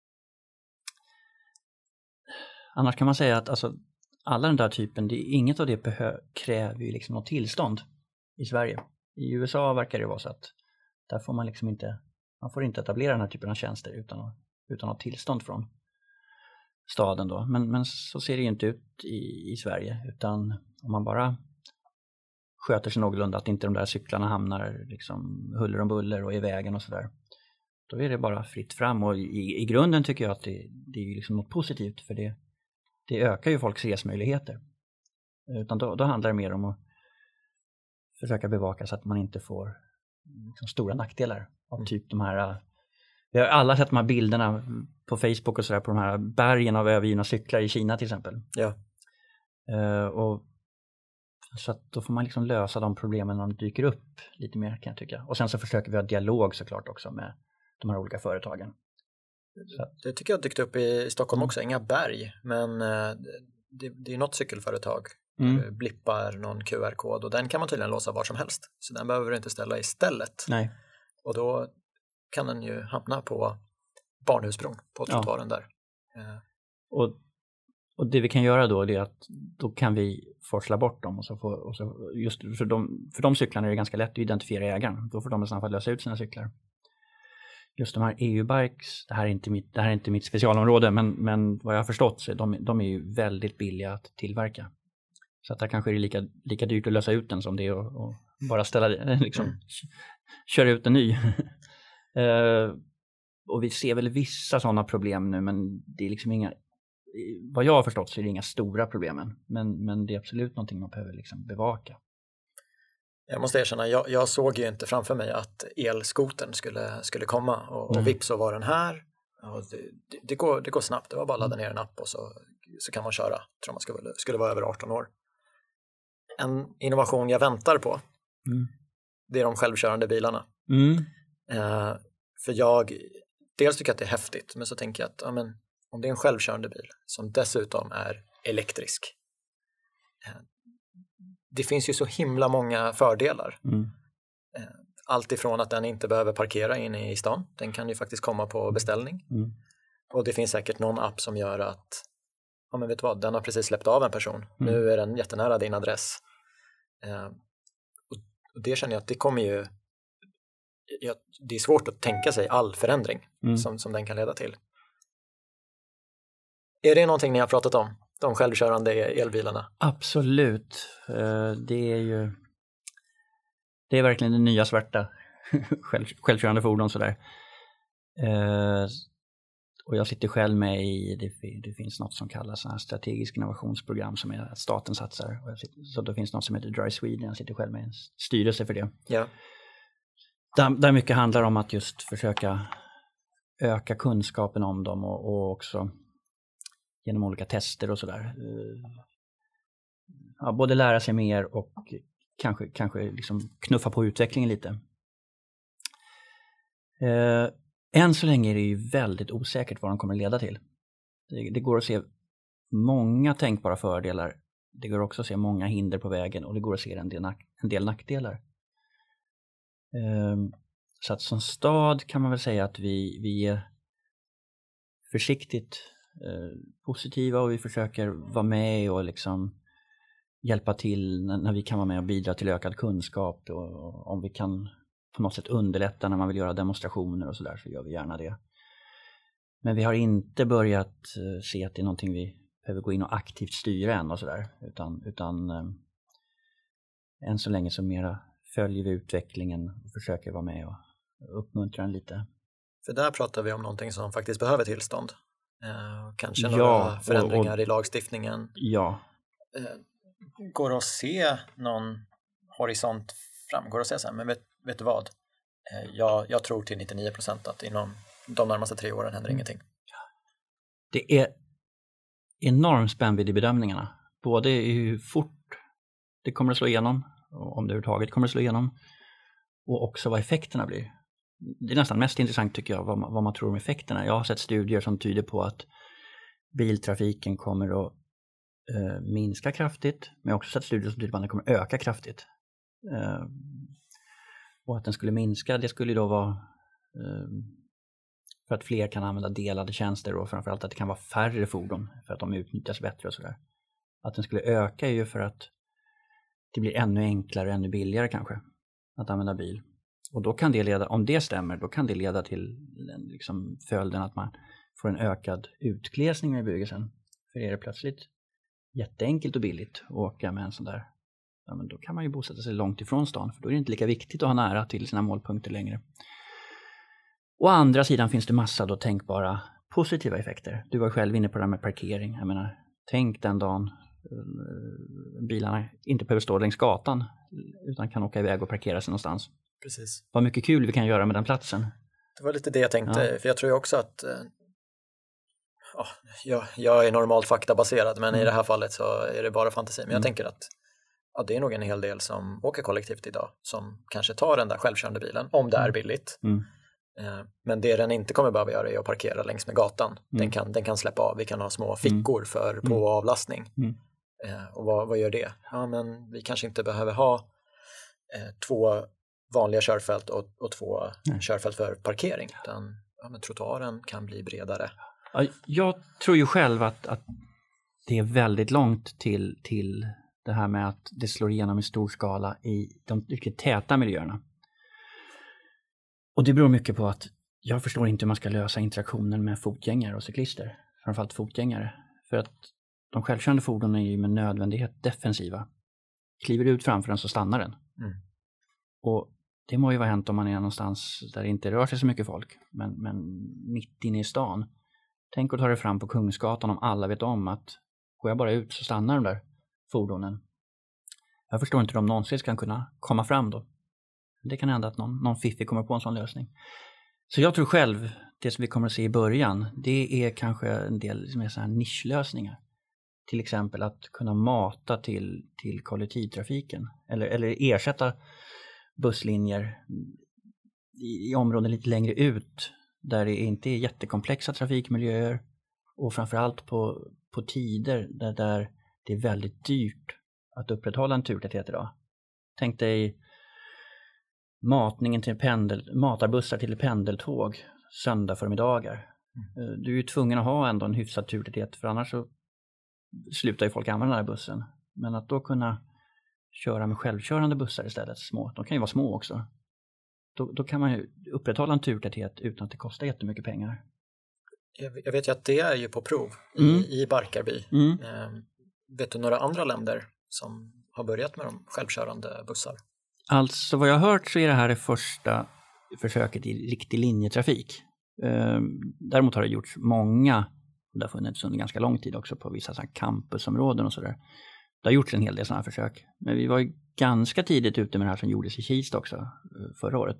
annars kan man säga att alltså, alla den där typen, det, inget av det behö- kräver ju liksom något tillstånd i Sverige. I U S A verkar det vara så att där får man liksom inte, man får inte etablera den här typen av tjänster utan att, utan att ha tillstånd från staden då. Men, men så ser det ju inte ut i, i Sverige, utan om man bara sköter sig någorlunda, att inte de där cyklarna hamnar liksom huller om buller och i vägen och sådär. Då är det bara fritt fram, och i, i grunden tycker jag att det, det är liksom något positivt, för det, det ökar ju folks resmöjligheter. Utan då, då handlar det mer om att försöka bevaka så att man inte får liksom stora nackdelar av typ de här, vi har alla sett de här bilderna på Facebook och sådär på de här bergen av övergivna cyklar i Kina till exempel. Ja. Uh, och så att då får man liksom lösa de problemen när de dyker upp lite mer, kan jag tycka. Och sen så försöker vi ha dialog såklart också med de här olika företagen. Så. Det tycker jag dykt upp i Stockholm också, inga berg, men det, det är något cykelföretag mm. blippar någon Q R-kod och den kan man tydligen låsa var som helst, så den behöver du inte ställa i stället. Nej. Och då kan den ju hamna på Barnhusbron, på trottoaren ja. där. Och, och det vi kan göra då är att då kan vi forsla bort dem och så får, och så just för de, för de cyklarna är det ganska lätt att identifiera ägaren. Då får de i så fall lösa ut sina cyklar. Just de här E U-bikes, det här är inte mitt, det här är inte mitt specialområde, men, men vad jag har förstått så de, de är ju väldigt billiga att tillverka. Så att det kanske är lika, lika dyrt att lösa ut den som det är att, att bara ställa, liksom, mm. köra ut en ny. uh, och vi ser väl vissa sådana problem nu, men det är liksom inga, vad jag har förstått så är det inga stora problemen. Men, men det är absolut någonting man behöver liksom bevaka. Jag måste erkänna, jag, jag såg ju inte framför mig att elskoten skulle, skulle komma och, och vips så var den här. Och det, det, det, går, det går snabbt, det var bara att ladda ner en app och så, så kan man köra. Jag tror man skulle, skulle vara över arton år. En innovation jag väntar på, mm. det är de självkörande bilarna. Mm. Eh, för jag, dels tycker jag att det är häftigt, men så tänker jag att ja, men, om det är en självkörande bil som dessutom är elektrisk, eh, det finns ju så himla många fördelar. Mm. Allt ifrån att den inte behöver parkera inne i stan. Den kan ju faktiskt komma på beställning. Mm. Och det finns säkert någon app som gör att ja men vet du vad, den har precis släppt av en person. Mm. Nu är den jättenära din adress. Eh, och, och det känner jag att det kommer ju ja, det är svårt att tänka sig all förändring mm. som, som den kan leda till. Är det någonting ni har pratat om? De självkörande elbilarna? Absolut. Det är ju det är verkligen det nya svarta Själv, självkörande fordon sådär. Och jag sitter själv med i det, det finns något som kallas så här strategisk innovationsprogram som är att staten satsar. Och jag sitter, så det finns något som heter Drive Sweden. Jag sitter själv med en styrelse för det. Ja. Där, där mycket handlar om att just försöka öka kunskapen om dem och, och också genom olika tester och sådär. Ja, både lära sig mer och kanske, kanske liksom knuffa på utvecklingen lite. Eh, än så länge är det ju väldigt osäkert vad de kommer att leda till. Det, det går att se många tänkbara fördelar. Det går också att se många hinder på vägen och det går att se en del, nack, en del nackdelar. Eh, så att som stad kan man väl säga att vi, vi är försiktigt eh, positiva och vi försöker vara med och liksom hjälpa till när, när vi kan vara med och bidra till ökad kunskap och, och om vi kan på något sätt underlätta när man vill göra demonstrationer och sådär så gör vi gärna det. Men vi har inte börjat uh, se att det är någonting vi behöver gå in och aktivt styra än och sådär utan, utan uh, än så länge så mera följer vi utvecklingen och försöker vara med och uppmuntra den lite. För där pratar vi om någonting som faktiskt behöver tillstånd. Uh, kanske några ja, förändringar och, och, i lagstiftningen. Ja. Uh, går det att se någon horisont fram? Går det att säga så här, men vet, vet du vad? Uh, jag, jag tror till nittionio procent att inom de närmaste tre åren händer mm. ingenting. Det är enorm spännvidd i bedömningarna. Både i hur fort det kommer att slå igenom, om det överhuvudtaget kommer att slå igenom, och också vad effekterna blir. Det är nästan mest intressant tycker jag vad man, vad man tror om effekterna. Jag har sett studier som tyder på att biltrafiken kommer att eh, minska kraftigt. Men jag har också sett studier som tyder på att den kommer att öka kraftigt. Eh, och att den skulle minska, det skulle då vara eh, för att fler kan använda delade tjänster och framförallt att det kan vara färre fordon för att de utnyttjas bättre och sådär. Att den skulle öka är ju för att det blir ännu enklare och ännu billigare kanske att använda bil. Och då kan det leda, om det stämmer, då kan det leda till den liksom följden att man får en ökad utglesning med bebyggelsen. För är det plötsligt jätteenkelt och billigt att åka med en sån där, ja, men då kan man ju bosätta sig långt ifrån stan, för då är det inte lika viktigt att ha nära till sina målpunkter längre. Å andra sidan finns det massa då tänkbara positiva effekter. Du var själv inne på det här med parkering. Jag menar, tänk den dagen bilarna inte behöver stå längs gatan utan kan åka iväg och parkera sig någonstans. Precis. Vad mycket kul vi kan göra med den platsen. Det var lite det jag tänkte, Ja. för jag tror ju också att ja, jag, jag är normalt faktabaserad, men mm. i det här fallet så är det bara fantasi. Men jag mm. tänker att ja, det är nog en hel del som åker kollektivt idag som kanske tar den där självkörande bilen om det är billigt. Mm. Men det den inte kommer behöva göra är att parkera längs med gatan. Mm. Den, kan, den kan släppa av, vi kan ha små fickor för mm. på- och avlastning. Mm. Och vad, vad gör det? Ja, men vi kanske inte behöver ha eh, två vanliga körfält och, och två mm. körfält för parkering. Utan ja, men trottoaren kan bli bredare. Ja, jag tror ju själv att, att det är väldigt långt till, till det här med att det slår igenom i stor skala i de riktigt täta miljöerna. Och det beror mycket på att jag förstår inte hur man ska lösa interaktionen med fotgängare och cyklister. Framförallt fotgängare. För att de självkörande fordonen är ju med nödvändighet defensiva. Kliver ut framför den så stannar den. Mm. Och det må ju vara hänt om man är någonstans där det inte rör sig så mycket folk. Men, men mitt inne i stan. Tänk att ta det fram på Kungsgatan om alla vet om att går jag bara ut så stannar de där fordonen. Jag förstår inte hur de någonsin ska kunna komma fram då. Det kan hända att någon, någon fiffig kommer på en sån lösning. Så jag tror själv, det som vi kommer att se i början, det är kanske en del som är så här nischlösningar. Till exempel att kunna mata till, till kollektivtrafiken. Eller, eller ersätta busslinjer i, i områden lite längre ut. Där det inte är jättekomplexa trafikmiljöer. Och framförallt på, på tider där, där det är väldigt dyrt att upprätthålla en turtäthet idag. Tänk dig matningen till pendel, matarbussar till pendeltåg söndag förmiddagar. Mm. Du är ju tvungen att ha ändå en hyfsad turtäthet, för annars så slutar ju folk använda den här bussen. Men att då kunna köra med självkörande bussar istället, små, de kan ju vara små också. Då, då kan man ju upprätthålla en turtäthet utan att det kostar jättemycket pengar. Jag vet ju att det är ju på prov i, mm. i Barkarby. Mm. Eh, vet du några andra länder som har börjat med de självkörande bussar? Alltså vad jag har hört så är det här det första försöket i riktig linjetrafik. Eh, däremot har det gjorts många, det har funnits under ganska lång tid också på vissa sådana campusområden och sådär. Det har gjorts en hel del sådana försök. Men vi var ju ganska tidigt ute med det här som gjordes i Kista också förra året.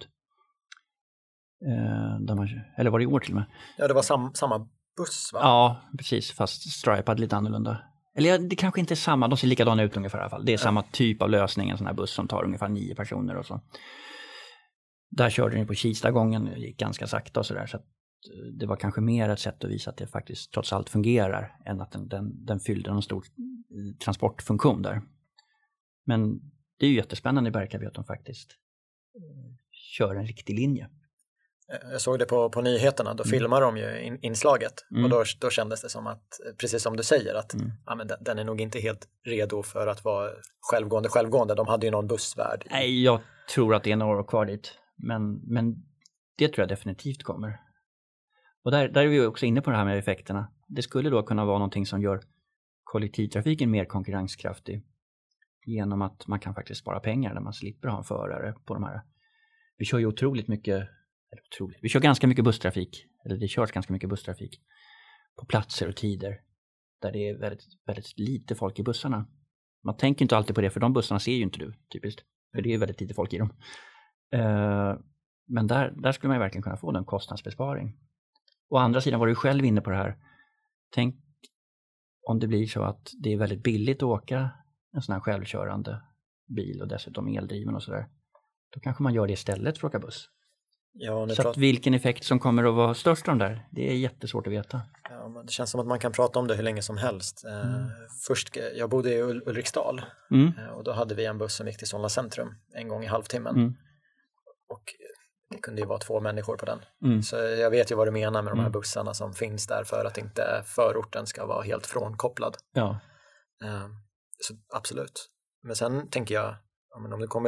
Eh, där man, eller var det i år till och med? Ja, det var sam, samma buss va? Ja, precis. Fast stripad lite annorlunda. Eller ja, det kanske inte är samma, de ser likadana ut ungefär i alla fall. Det är ja. samma typ av lösning, en sån här buss som tar ungefär nio personer och så. Där körde den på Kista gången, det gick ganska sakta och sådär. Så att det var kanske mer ett sätt att visa att det faktiskt trots allt fungerar än att den, den, den fyllde någon stor transportfunktion där. Men det är ju jättespännande i Barkarby att de faktiskt eh, kör en riktig linje. Jag såg det på, på nyheterna, då mm. filmar de ju in, inslaget mm. och då, då kändes det som att, precis som du säger, att mm. ja, men den, den är nog inte helt redo för att vara självgående självgående. De hade ju någon bussvärd. Nej, jag tror att det är några år kvar dit. Men, men det tror jag definitivt kommer. Och där, där är vi också inne på det här med effekterna. Det skulle då kunna vara någonting som gör kollektivtrafiken mer konkurrenskraftig genom att man kan faktiskt spara pengar när man slipper ha en förare på de här. Vi kör ju otroligt mycket, eller otroligt, vi kör ganska mycket busstrafik, eller det körs ganska mycket busstrafik på platser och tider där det är väldigt, väldigt lite folk i bussarna. Man tänker inte alltid på det, för de bussarna ser ju inte du, typiskt. För det är väldigt lite folk i dem. Uh, men där, där skulle man ju verkligen kunna få en kostnadsbesparing. Å andra sidan var du själv inne på det här. Tänk om det blir så att det är väldigt billigt att åka en sån här självkörande bil och dessutom eldriven och sådär. Då kanske man gör det istället för att åka buss. Ja, så pratar... att vilken effekt som kommer att vara störst av de där, det är jättesvårt att veta. Ja, men det känns som att man kan prata om det hur länge som helst. Mm. Uh, först, jag bodde i Ul- Ulriksdal mm. uh, och då hade vi en buss som gick till Solna centrum en gång i halvtimmen. Mm. Och det kunde ju vara två människor på den. Mm. Så jag vet ju vad du menar med de här mm. bussarna som finns där för att inte förorten ska vara helt frånkopplad. Ja. Uh, så absolut. Men sen tänker jag, ja, men om det kommer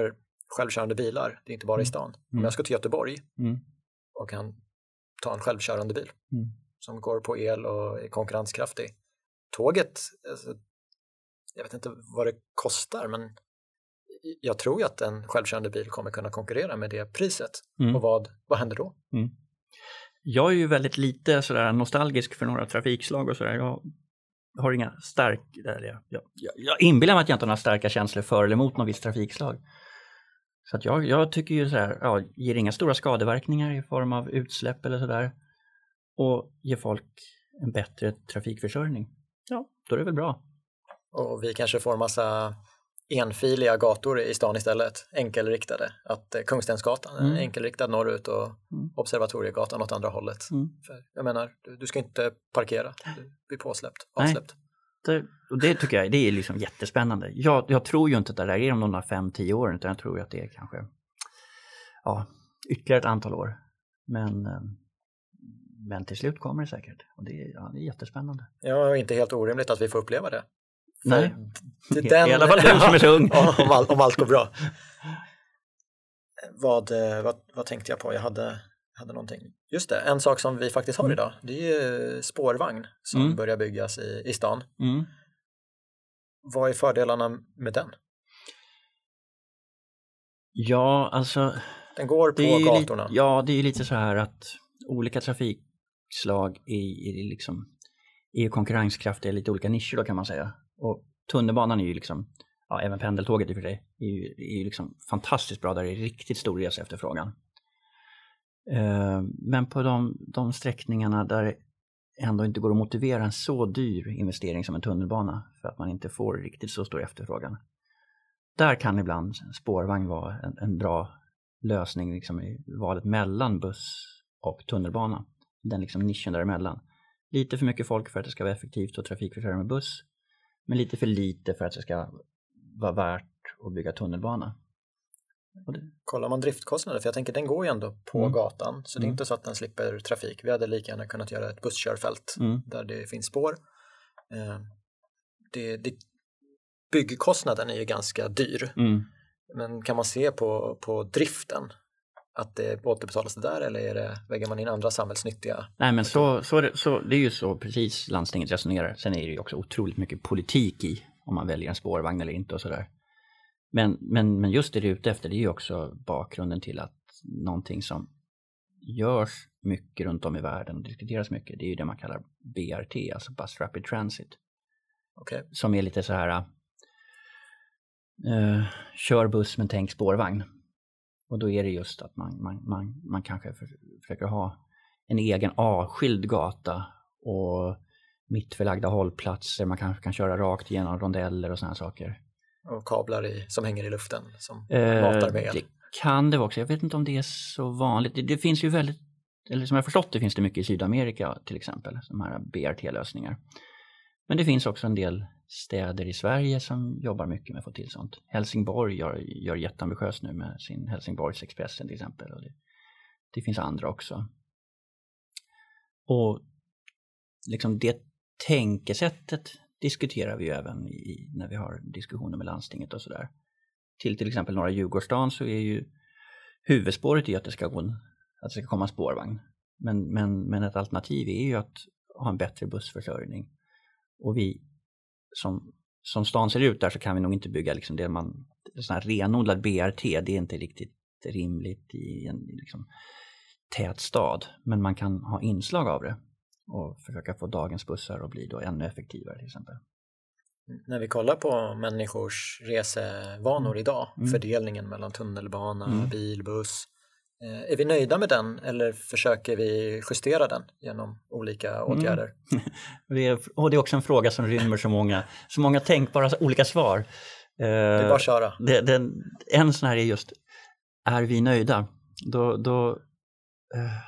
självkörande bilar. Det är inte bara i stan. Mm. Om jag ska till Göteborg Mm. och kan ta en självkörande bil Mm. som går på el och är konkurrenskraftig. Tåget, alltså, jag vet inte vad det kostar, men jag tror ju att en självkörande bil kommer kunna konkurrera med det priset. Mm. Och vad, vad händer då? Mm. Jag är ju väldigt lite sådär nostalgisk för några trafikslag och sådär. Jag har inga starka, jag, jag, jag inbillar mig att jag inte har några starka känslor för eller emot någon viss trafikslag. Så att jag, jag tycker ju sådär, ja, ger inga stora skadeverkningar i form av utsläpp eller sådär. Och ger folk en bättre trafikförsörjning. Ja, då är det väl bra. Och vi kanske får massa enfiliga gator i stan istället, enkelriktade. Att eh, Kungstensgatan är Mm. enkelriktad norrut och Mm. Observatoriegatan åt andra hållet. Mm. För jag menar, du, du ska inte parkera, du blir påsläppt, Nej. avsläppt. Det, och det tycker jag det är liksom jättespännande. Jag, jag tror ju inte att det där är om några fem, tio år, utan jag tror att det är kanske ja, ytterligare ett antal år. Men, eh, men till slut kommer det säkert. Och det, ja, det är jättespännande. Ja, inte helt orimligt att vi får uppleva det. För Nej, det- den, i alla fall du som är så ung. Ja, om, all, om allt går bra. Vad, eh, vad, vad tänkte jag på? Jag hade, hade någonting. Just det, en sak som vi faktiskt har Mm. idag, det är spårvagn som Mm. börjar byggas i, i stan. Mm. Vad är fördelarna med den? Ja, alltså Den går det är på ju gatorna. Li- ja, det är ju lite så här att olika trafikslag är, är liksom är ju konkurrenskraftiga i lite olika nischer då, kan man säga. Och tunnelbanan är ju liksom, ja, även pendeltåget i och för sig, är ju, är ju liksom fantastiskt bra där det är riktigt stor resa efterfrågan. Eh, men på de, de sträckningarna där det ändå inte går att motivera en så dyr investering som en tunnelbana för att man inte får riktigt så stor efterfrågan. Där kan ibland spårvagn vara en, en bra lösning liksom i valet mellan buss och tunnelbana. Den liksom nischen däremellan. Lite för mycket folk för att det ska vara effektivt och trafikförsörjning med buss. Men lite för lite för att det ska vara värt att bygga tunnelbana. Och det... Kollar man driftkostnader, för jag tänker den går ju ändå på Mm. gatan, så det är Mm. inte så att den slipper trafik. Vi hade lika gärna kunnat göra ett busskörfält Mm. där det finns spår. Eh, det, det, byggkostnaden är ju ganska dyr, Mm. men kan man se på, på driften att det återbetalas det där, eller är det, väger man in andra samhällsnyttiga? Nej, men så, så, är det, så det är ju så precis landstinget resonerar. Sen är det ju också otroligt mycket politik i om man väljer en spårvagn eller inte och sådär. Men, men, men just det du är ute efter, det är ju också bakgrunden till att någonting som görs mycket runt om i världen och diskuteras mycket, det är ju det man kallar B R T, alltså Bus Rapid Transit. Okay. Som är lite så här uh, kör buss men tänk spårvagn. Och då är det just att man, man, man, man kanske för, försöker ha en egen avskild gata och mittförlagda hållplatser. Man kanske kan köra rakt igenom rondeller och sådana saker. Och kablar i, som hänger i luften som Eh, matar med el. Det kan det också. Jag vet inte om det är så vanligt. Det, det finns ju väldigt, eller som jag förstått det finns det mycket i Sydamerika till exempel. De här B R T-lösningar. Men det finns också en del städer i Sverige som jobbar mycket med att få till sånt. Helsingborg gör, gör jätteambitiöst nu med sin Helsingborgs Expressen till exempel. Och det, det finns andra också. Och liksom det tänkesättet diskuterar vi ju även i, när vi har diskussioner med landstinget och sådär. Till till exempel norra Djurgårdsstaden så är ju huvudspåret i att det ska gå, att det ska komma spårvagn. Men, men, men ett alternativ är ju att ha en bättre bussförsörjning. Och vi som, som stan ser ut där så kan vi nog inte bygga liksom det man, sån här renodlad B R T, det är inte riktigt rimligt i en liksom tät stad. Men man kan ha inslag av det och försöka få dagens bussar att bli då ännu effektivare till exempel. När vi kollar på människors resevanor idag, Mm. fördelningen mellan tunnelbana, Mm. bil, buss, är vi nöjda med den eller försöker vi justera den genom olika åtgärder? Mm. Det är, och det är också en fråga som rymmer så många, så många tänkbara olika svar. Det är bara att köra. Det, den, en sån här är just, är vi nöjda? Då, då, eh,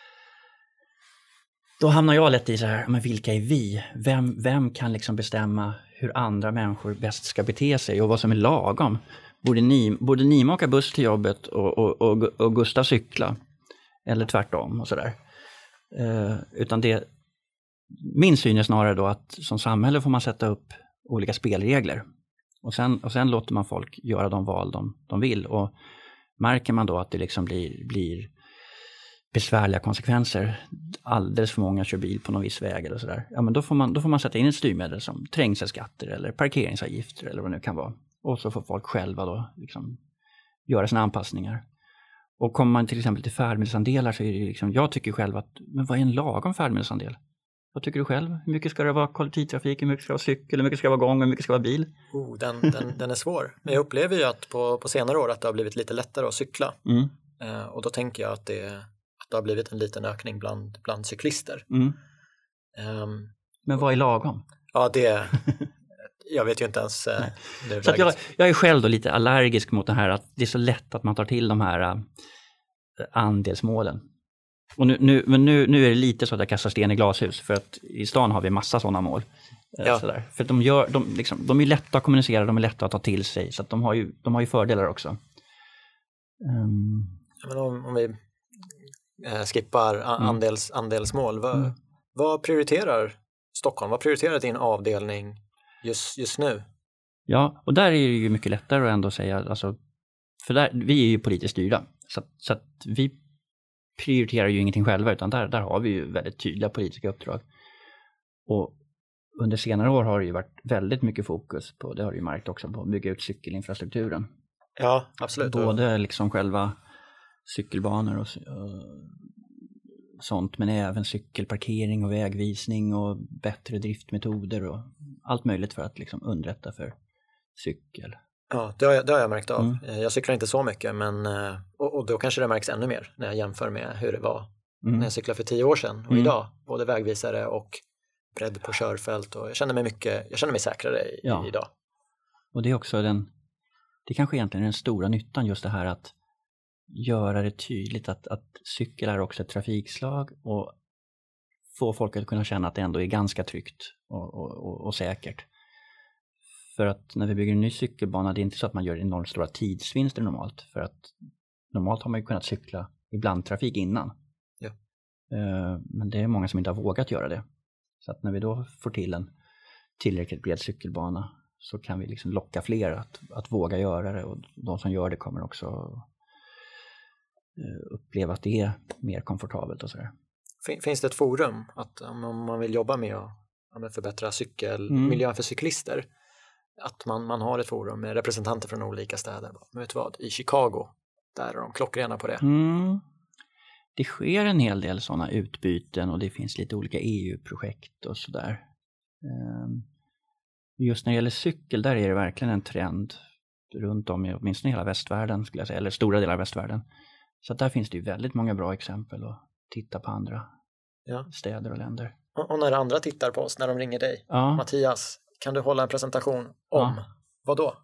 då hamnar jag lätt i så här, men vilka är vi? Vem, vem kan liksom bestämma hur andra människor bäst ska bete sig och vad som är lagom? Borde ni, borde ni åka buss till jobbet och, och, och, och Gustav cykla? Eller tvärtom och sådär. Eh, utan det, min syn är snarare då att som samhälle får man sätta upp olika spelregler. Och sen, och sen låter man folk göra de val de, de vill. Och märker man då att det liksom blir, blir besvärliga konsekvenser, alldeles för många kör bil på någon viss väg eller sådär, ja men då får man, då får man sätta in ett styrmedel som trängselskatter eller parkeringsavgifter eller vad det nu kan vara. Och så får folk själva då liksom göra sina anpassningar. Och kommer man till exempel till färdmedelsandelar så är det liksom, jag tycker själv att, men vad är en lagom färdmedelsandel? Vad tycker du själv? Hur mycket ska det vara kollektivtrafik, hur mycket ska det vara cykel, hur mycket ska det vara gång, hur mycket ska det vara bil? Oh, den, den, den är svår. Men jag upplever ju att på, på senare år att det har blivit lite lättare att cykla. Mm. Eh, och då tänker jag att det, att det har blivit en liten ökning bland, bland cyklister. Mm. Um, men vad är lagom? Ja, det... Jag vet ju inte ens. Eh, det så att jag, jag är själv då lite allergisk mot det här att det är så lätt att man tar till de här uh, andelsmålen. Och nu, nu, men nu, nu är det lite så att jag kastar sten i glashus för att i stan har vi massa sådana mål. Ja. Sådär. För att de, gör, de, liksom, de är lätta att kommunicera, de är lätta att ta till sig så att de har ju, de har ju fördelar också. Um. Ja, men om, om vi eh, skippar andels, mm. andelsmål, vad, mm. vad prioriterar Stockholm? Vad prioriterar din avdelning just, just nu? Ja, och där är det ju mycket lättare att ändå säga, alltså, för där, vi är ju politiskt styrda så, så att vi prioriterar ju ingenting själva utan där, där har vi ju väldigt tydliga politiska uppdrag. Och under senare år har det ju varit väldigt mycket fokus på, det har du ju märkt också, på att bygga ut cykelinfrastrukturen. Ja, absolut. Både liksom själva cykelbanor och, och sånt, men även cykelparkering och vägvisning och bättre driftmetoder och allt möjligt för att liksom underlätta för cykel. Ja, det har jag, det har jag märkt av. Mm. Jag cyklar inte så mycket, men och, och då kanske det märks ännu mer när jag jämför med hur det var mm. när jag cyklade för tio år sedan och mm. idag. Både vägvisare och bredd på körfält och jag känner mig mycket, jag känner mig säkrare i, ja. idag. Och det är också den, det kanske egentligen är den stora nyttan, just det här att göra det tydligt att, att cykel är också ett trafikslag och få folk att kunna känna att det ändå är ganska tryggt och, och, och, och säkert. För att när vi bygger en ny cykelbana, det är inte så att man gör enormt stora tidsvinster normalt. För att normalt har man ju kunnat cykla i blandtrafik innan. Ja. Men det är många som inte har vågat göra det. Så att när vi då får till en tillräckligt bred cykelbana så kan vi liksom locka fler att, att våga göra det. Och de som gör det kommer också uppleva att det är mer komfortabelt och sådär. Finns det ett forum att om man vill jobba med att förbättra cykelmiljön mm. för cyklister, att man, man har ett forum med representanter från olika städer? Men vet du vad? I Chicago, där är de klockrena på det. Mm. Det sker en hel del sådana utbyten och det finns lite olika E U-projekt och sådär. Just när det gäller cykel, där är det verkligen en trend runt om i åtminstone hela västvärlden, skulle jag säga, eller stora delar av västvärlden. Så där finns det ju väldigt många bra exempel att titta på andra ja. städer och länder. Och, och när andra tittar på oss, när de ringer dig, ja. Mattias, kan du hålla en presentation om ja. vad då?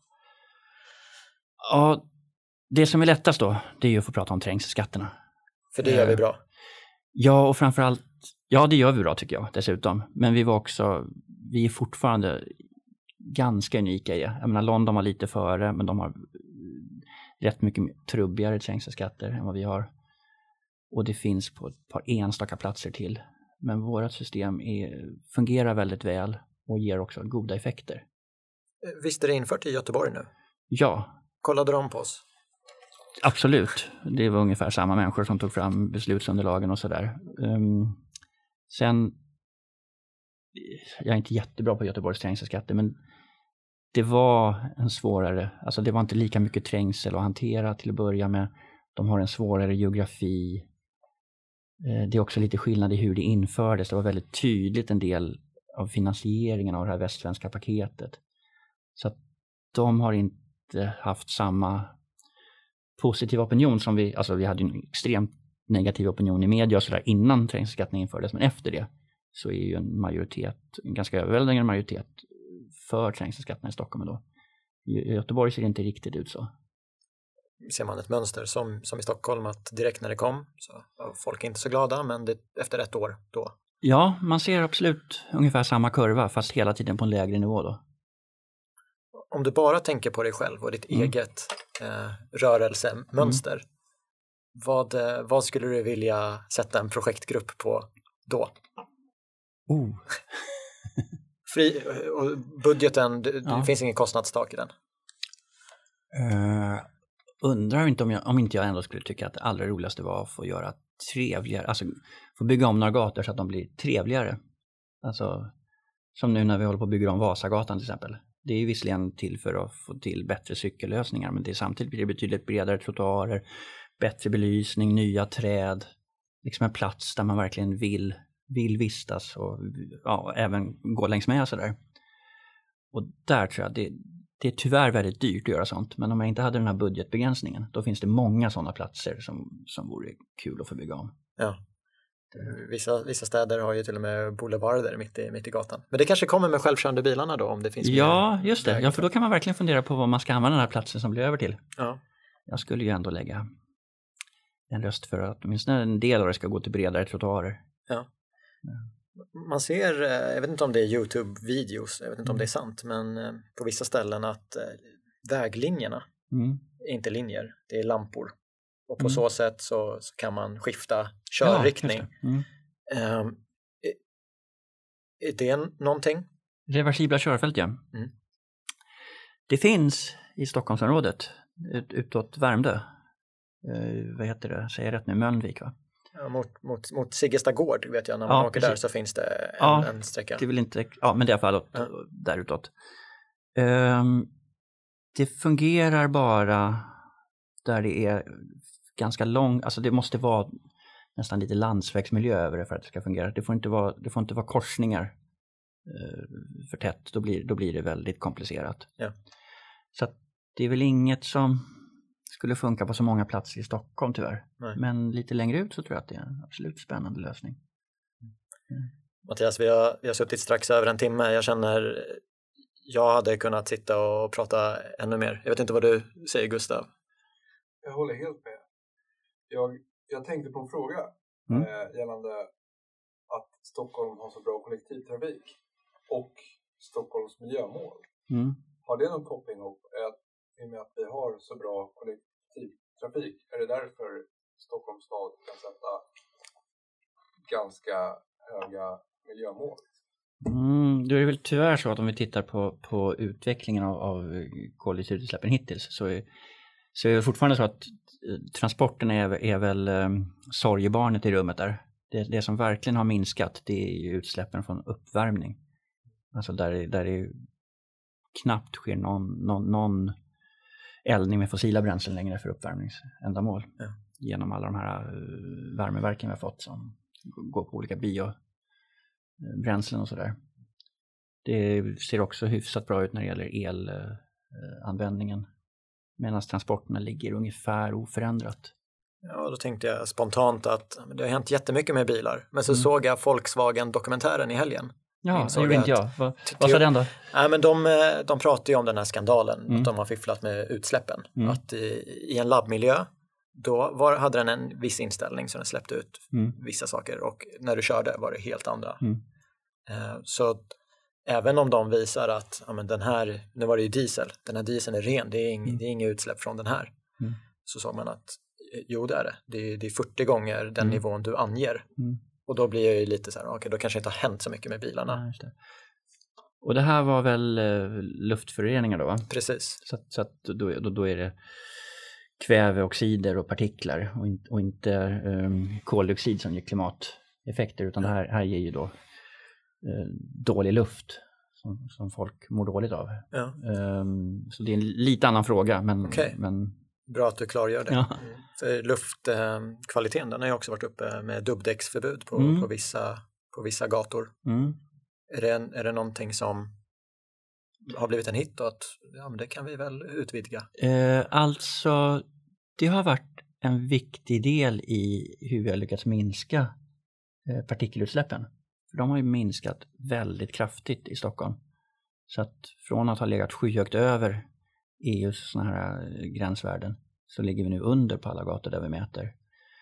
Ja, det som är lättast då, det är ju att få prata om trängselskatterna. För det gör vi bra. Ja, och framförallt, ja det gör vi bra tycker jag dessutom. Men vi var också, vi är fortfarande ganska unika i det. Jag menar, London var lite före, men de har rätt mycket trubbigare trängselskatter än vad vi har. Och det finns på ett par enstaka platser till. Men vårt system är, fungerar väldigt väl och ger också goda effekter. Visst är det infört i Göteborg nu? Ja. Kollade de på oss? Absolut. Det var ungefär samma människor som tog fram beslutsunderlagen och sådär. Um, sen, jag är inte jättebra på Göteborgs trängselskatter, men det var en svårare, alltså det var inte lika mycket trängsel att hantera till att börja med. De har en svårare geografi. Det är också lite skillnad i hur det infördes. Det var väldigt tydligt en del av finansieringen av det här västsvenska paketet. Så att de har inte haft samma positiv opinion som vi, alltså vi hade en extremt negativ opinion i media och sådär innan trängselskatten infördes, men efter det så är ju en majoritet, en ganska överväldigande majoritet för trängselskatterna i Stockholm då. I Göteborg ser det inte riktigt ut så. Ser man ett mönster som, som i Stockholm, att direkt när det kom så var folk inte så glada, men det, efter ett år då? Ja, man ser absolut ungefär samma kurva fast hela tiden på en lägre nivå då. Om du bara tänker på dig själv och ditt mm. eget eh, rörelsemönster, mm. vad, vad skulle du vilja sätta en projektgrupp på då? Oh. Fri, och budgeten, det, Ja. det finns ingen kostnadstak i den? Uh, undrar inte om, jag, om inte jag ändå skulle tycka att det allra roligaste var att få göra trevligare, alltså få bygga om några gator så att de blir trevligare. Alltså som nu när vi håller på att bygga om Vasagatan till exempel. Det är ju visserligen till för att få till bättre cykellösningar, men det är samtidigt blir det betydligt bredare trottoarer, bättre belysning, nya träd, liksom en plats där man verkligen vill, vill vistas och ja, även gå längs med sådär. Och där tror jag det, det är tyvärr väldigt dyrt att göra sånt, men om jag inte hade den här budgetbegränsningen, då finns det många sådana platser som, som vore kul att få bygga om. Ja. Vissa, vissa städer har ju till och med boulevarder mitt i, mitt i gatan. Men det kanske kommer med självkörande bilarna då, om det finns. Ja, just det. Ja, för då kan man verkligen fundera på vad man ska använda den här platsen som blir över till. Ja. Jag skulle ju ändå lägga en röst för att åtminstone en del av det ska gå till bredare trottoarer. Ja. Man ser, jag vet inte om det är YouTube-videos, jag vet inte om det är sant, men på vissa ställen att väglinjerna mm. är inte linjer, det är lampor. Och på mm. så sätt så, så kan man skifta körriktning. Ja, mm. um, är, är det någonting? Reversibla körfält, ja. Mm. Det finns i Stockholmsområdet ut, utåt Värmdö. Uh, vad heter det? Säger jag rätt nu? Mölnvik, va? Ja, mot, mot, mot Siggesta gård vet jag, när man ja, åker precis. där så finns det en, ja, en sträcka. Det är väl inte, ja, men det är i alla fall åt, ja. där utåt. Um, det fungerar bara där det är ganska lång, alltså det måste vara nästan lite landsvägsmiljö över det för att det ska fungera. Det får inte vara, det får inte vara korsningar uh, för tätt, då blir, då blir det väldigt komplicerat. Ja. Så att det är väl inget som skulle funka på så många platser i Stockholm tyvärr. Nej. Men lite längre ut så tror jag att det är en absolut spännande lösning. Mm. Mattias, vi har, vi har suttit strax över en timme. Jag känner, jag hade kunnat sitta och prata ännu mer. Jag vet inte vad du säger, Gustav. Jag håller helt med. Jag, jag tänkte på en fråga mm. eh, gällande att Stockholm har så bra kollektivtrafik och Stockholms miljömål. Mm. Har det någon koppling ihop? Att, i och med att vi har så bra kollektivtrafik, är det därför Stockholms stad kan sätta ganska höga miljömål? Mm, då är det väl tyvärr så att om vi tittar på, på utvecklingen av, av koldioxidutsläppen hittills så är, så är det fortfarande så att transporten är, är väl um, sorgebarnet i rummet där. Det, det som verkligen har minskat, det är ju utsläppen från uppvärmning. Alltså där, där det knappt sker någon, någon, någon eldning med fossila bränslen längre för uppvärmningsändamål. Ja. Genom alla de här uh, värmeverken vi har fått som går på olika biobränslen och sådär. Det ser också hyfsat bra ut när det gäller elanvändningen. Uh, Medan transporterna ligger ungefär oförändrat. Ja, då tänkte jag spontant att det har hänt jättemycket med bilar. Men så mm. såg jag Volkswagen-dokumentären i helgen. Ja, det gjorde inte jag. Vad, vad sa den då? Nej, men de, de pratar ju om den här skandalen. Mm. Att de har fifflat med utsläppen. Mm. Att i, i en labbmiljö, då var, hade den en viss inställning så den släppte ut mm. vissa saker. Och när du körde var det helt andra. Mm. Uh, så även om de visar att ja, men den här, nu var det ju diesel, den här dieseln är ren, det är, ing, mm. det är inga utsläpp från den här. Mm. Så såg man att jo det är det, det är, det är fyrtio gånger den mm. nivån du anger. Mm. Och då blir jag ju lite så här, okej okay, då kanske inte har hänt så mycket med bilarna. Ja, just det. Och det här var väl uh, luftföroreningar då, va? Precis. Så, så att då, då, då är det kväveoxider och partiklar och, in, och inte um, koldioxid som ger klimateffekter, utan det här, här ger ju då uh, dålig luft som, som folk mår dåligt av. Ja. Um, så det är en lite annan fråga, men... Okay. men... Bra att du klargör det. Ja. Mm. För luftkvaliteten, den har ju också varit uppe med dubbdäcksförbud på, mm. på, vissa, på vissa gator. Mm. Är, det en, är det någonting som har blivit en hit och att ja, men det kan vi väl utvidga? Eh, alltså, det har varit en viktig del i hur vi har lyckats minska eh, partikelutsläppen. För de har ju minskat väldigt kraftigt i Stockholm. Så att från att ha legat skyhögt över E U:s såna här gränsvärden så ligger vi nu under på alla gator där vi mäter.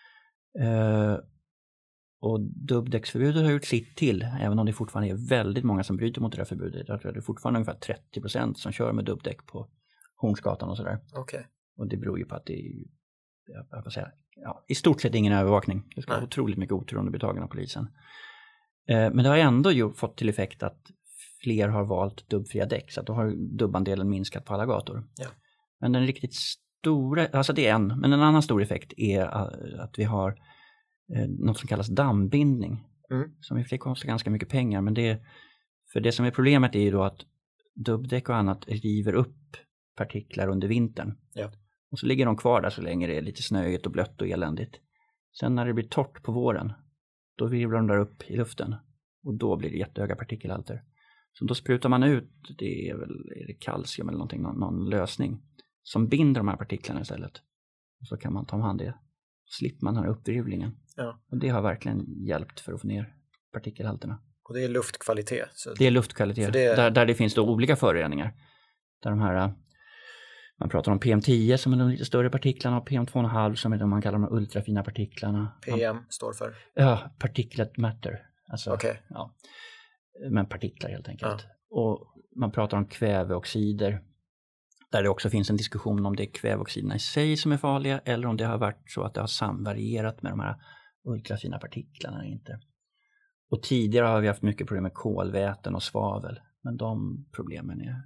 Eh, och dubbdäcksförbudet har gjort sitt till, även om det fortfarande är väldigt många som bryter mot det här förbudet. Jag tror att det är fortfarande ungefär trettio procent som kör med dubbdäck på Hornsgatan och sådär. Okay. Och det beror ju på att det är, jag får säga, ja, i stort sett ingen övervakning. Det ska vara otroligt mycket otur om du blir tagen av polisen. Eh, men det har ändå gjort, fått till effekt att fler har valt dubbfria däck. Så att då har dubbandelen minskat på alla gator. Ja. Men den riktigt stora, alltså det är en, men en annan stor effekt är att vi har eh, något som kallas dammbindning. Mm. Som i och för sig kostar ganska mycket pengar. Men det, för det som är problemet är ju då att dubbdäck och annat river upp partiklar under vintern. Ja. Och så ligger de kvar där så länge det är lite snöigt och blött och eländigt. Sen när det blir torrt på våren, då virvlar de där upp i luften. Och då blir det jättehöga partikelhalter. Så då sprutar man ut, det är väl är det kalcium eller någonting, någon, någon lösning som binder de här partiklarna istället. Och så kan man ta hand om det. Så slipper man den här uppvirvlingen. Ja. Och det har verkligen hjälpt för att få ner partikelhalterna. Och det är luftkvalitet. Så det är luftkvalitet. Det... Där, där det finns då olika föroreningar. Där de här, man pratar om P M tio som är de lite större partiklarna och P M två komma fem som är de man kallar de ultrafina partiklarna. P M står för? Ja, particulate matter. Alltså, okay. ja, men partiklar helt enkelt. Ja. Och man pratar om kväveoxider. Där det också finns en diskussion om det är kväveoxiderna i sig som är farliga. Eller om det har varit så att det har samvarierat med de här ultrafina partiklarna eller inte. Och tidigare har vi haft mycket problem med kolväten och svavel. Men de problemen är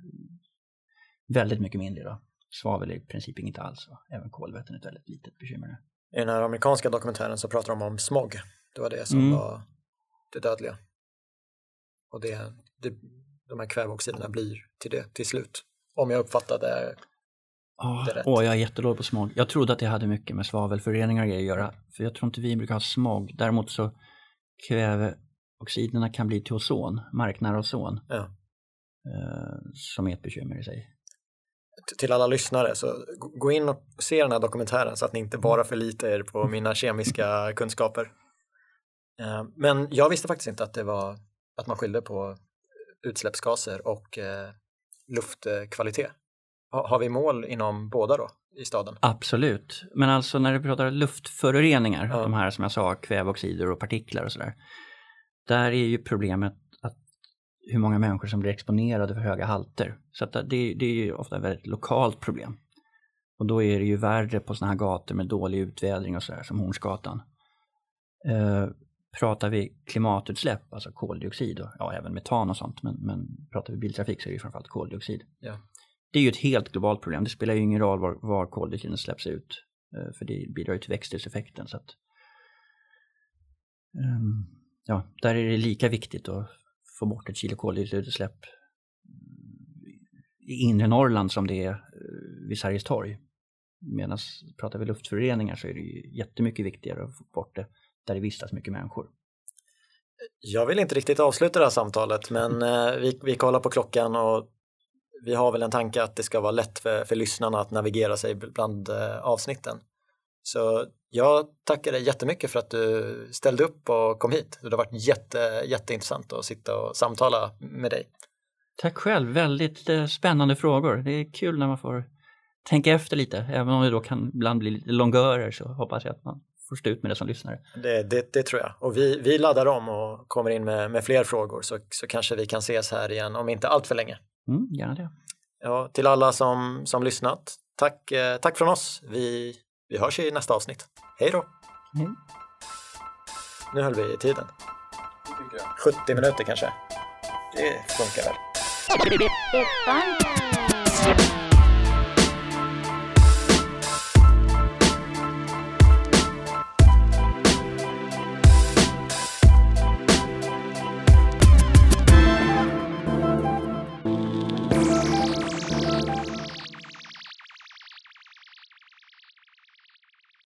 väldigt mycket mindre då. Svavel är i princip inget alls. Även kolväten är ett väldigt litet bekymmer. I den här amerikanska dokumentären så pratar de om smog. Det var det som mm. var det dödliga. Och det, det, de här kväveoxiderna blir till det till slut. Om jag uppfattade oh, det rätt. Åh, jag är jättedålig på smog. Jag trodde att det hade mycket med svavelföreningar att göra. För jag tror inte vi brukar ha smog. Däremot så kväveoxiderna kan bli till ozon, marknära ozon. Ja. Eh, som är ett bekymmer i sig. Till alla lyssnare, så gå in och se den här dokumentären så att ni inte bara förlitar er på mina kemiska kunskaper. Eh, men jag visste faktiskt inte att det var att man skyllde på utsläppsgaser och eh, luftkvalitet. Ha, har vi mål inom båda då i staden? Absolut. Men alltså när du pratar luftföroreningar, ja. De här som jag sa, kväveoxider och partiklar och sådär. Där är ju problemet att hur många människor som blir exponerade för höga halter. Så att det, det är ju ofta ett väldigt lokalt problem. Och då är det ju värre på sådana här gator med dålig utvädring och sådär som Hornsgatan. Eh, pratar vi klimatutsläpp, alltså koldioxid och ja, även metan och sånt. Men, men pratar vi biltrafik så är det ju framförallt koldioxid. Ja. Det är ju ett helt globalt problem. Det spelar ju ingen roll var, var koldioxiden släpps ut. Eh, för det bidrar ju till växthuseffekten. Så att, um, ja, där är det lika viktigt att få bort ett kilo koldioxidutsläpp i inre Norrland som det är vid Sergels torg. Medan pratar vi luftföroreningar så är det ju jättemycket viktigare att få bort det där det vistas mycket människor. Jag vill inte riktigt avsluta det här samtalet, men eh, vi, vi kollar på klockan och vi har väl en tanke att det ska vara lätt för, för lyssnarna att navigera sig bland eh, avsnitten. Så jag tackar dig jättemycket för att du ställde upp och kom hit. Det har varit jätte, jätteintressant att sitta och samtala med dig. Tack själv, väldigt eh, spännande frågor. Det är kul när man får tänka efter lite. Även om det då kan ibland bli lite långörer så hoppas jag att man får stå ut med det som lyssnare. Det, det, det tror jag. Och vi, vi laddar om och kommer in med, med fler frågor så, så kanske vi kan ses här igen om inte allt för länge. Mm, gärna det. Ja, till alla som, som lyssnat, tack, eh, tack från oss. Vi, vi hörs i nästa avsnitt. Hej då! Hej. Nu höll vi i tiden. sjuttio minuter kanske. Det funkar väl.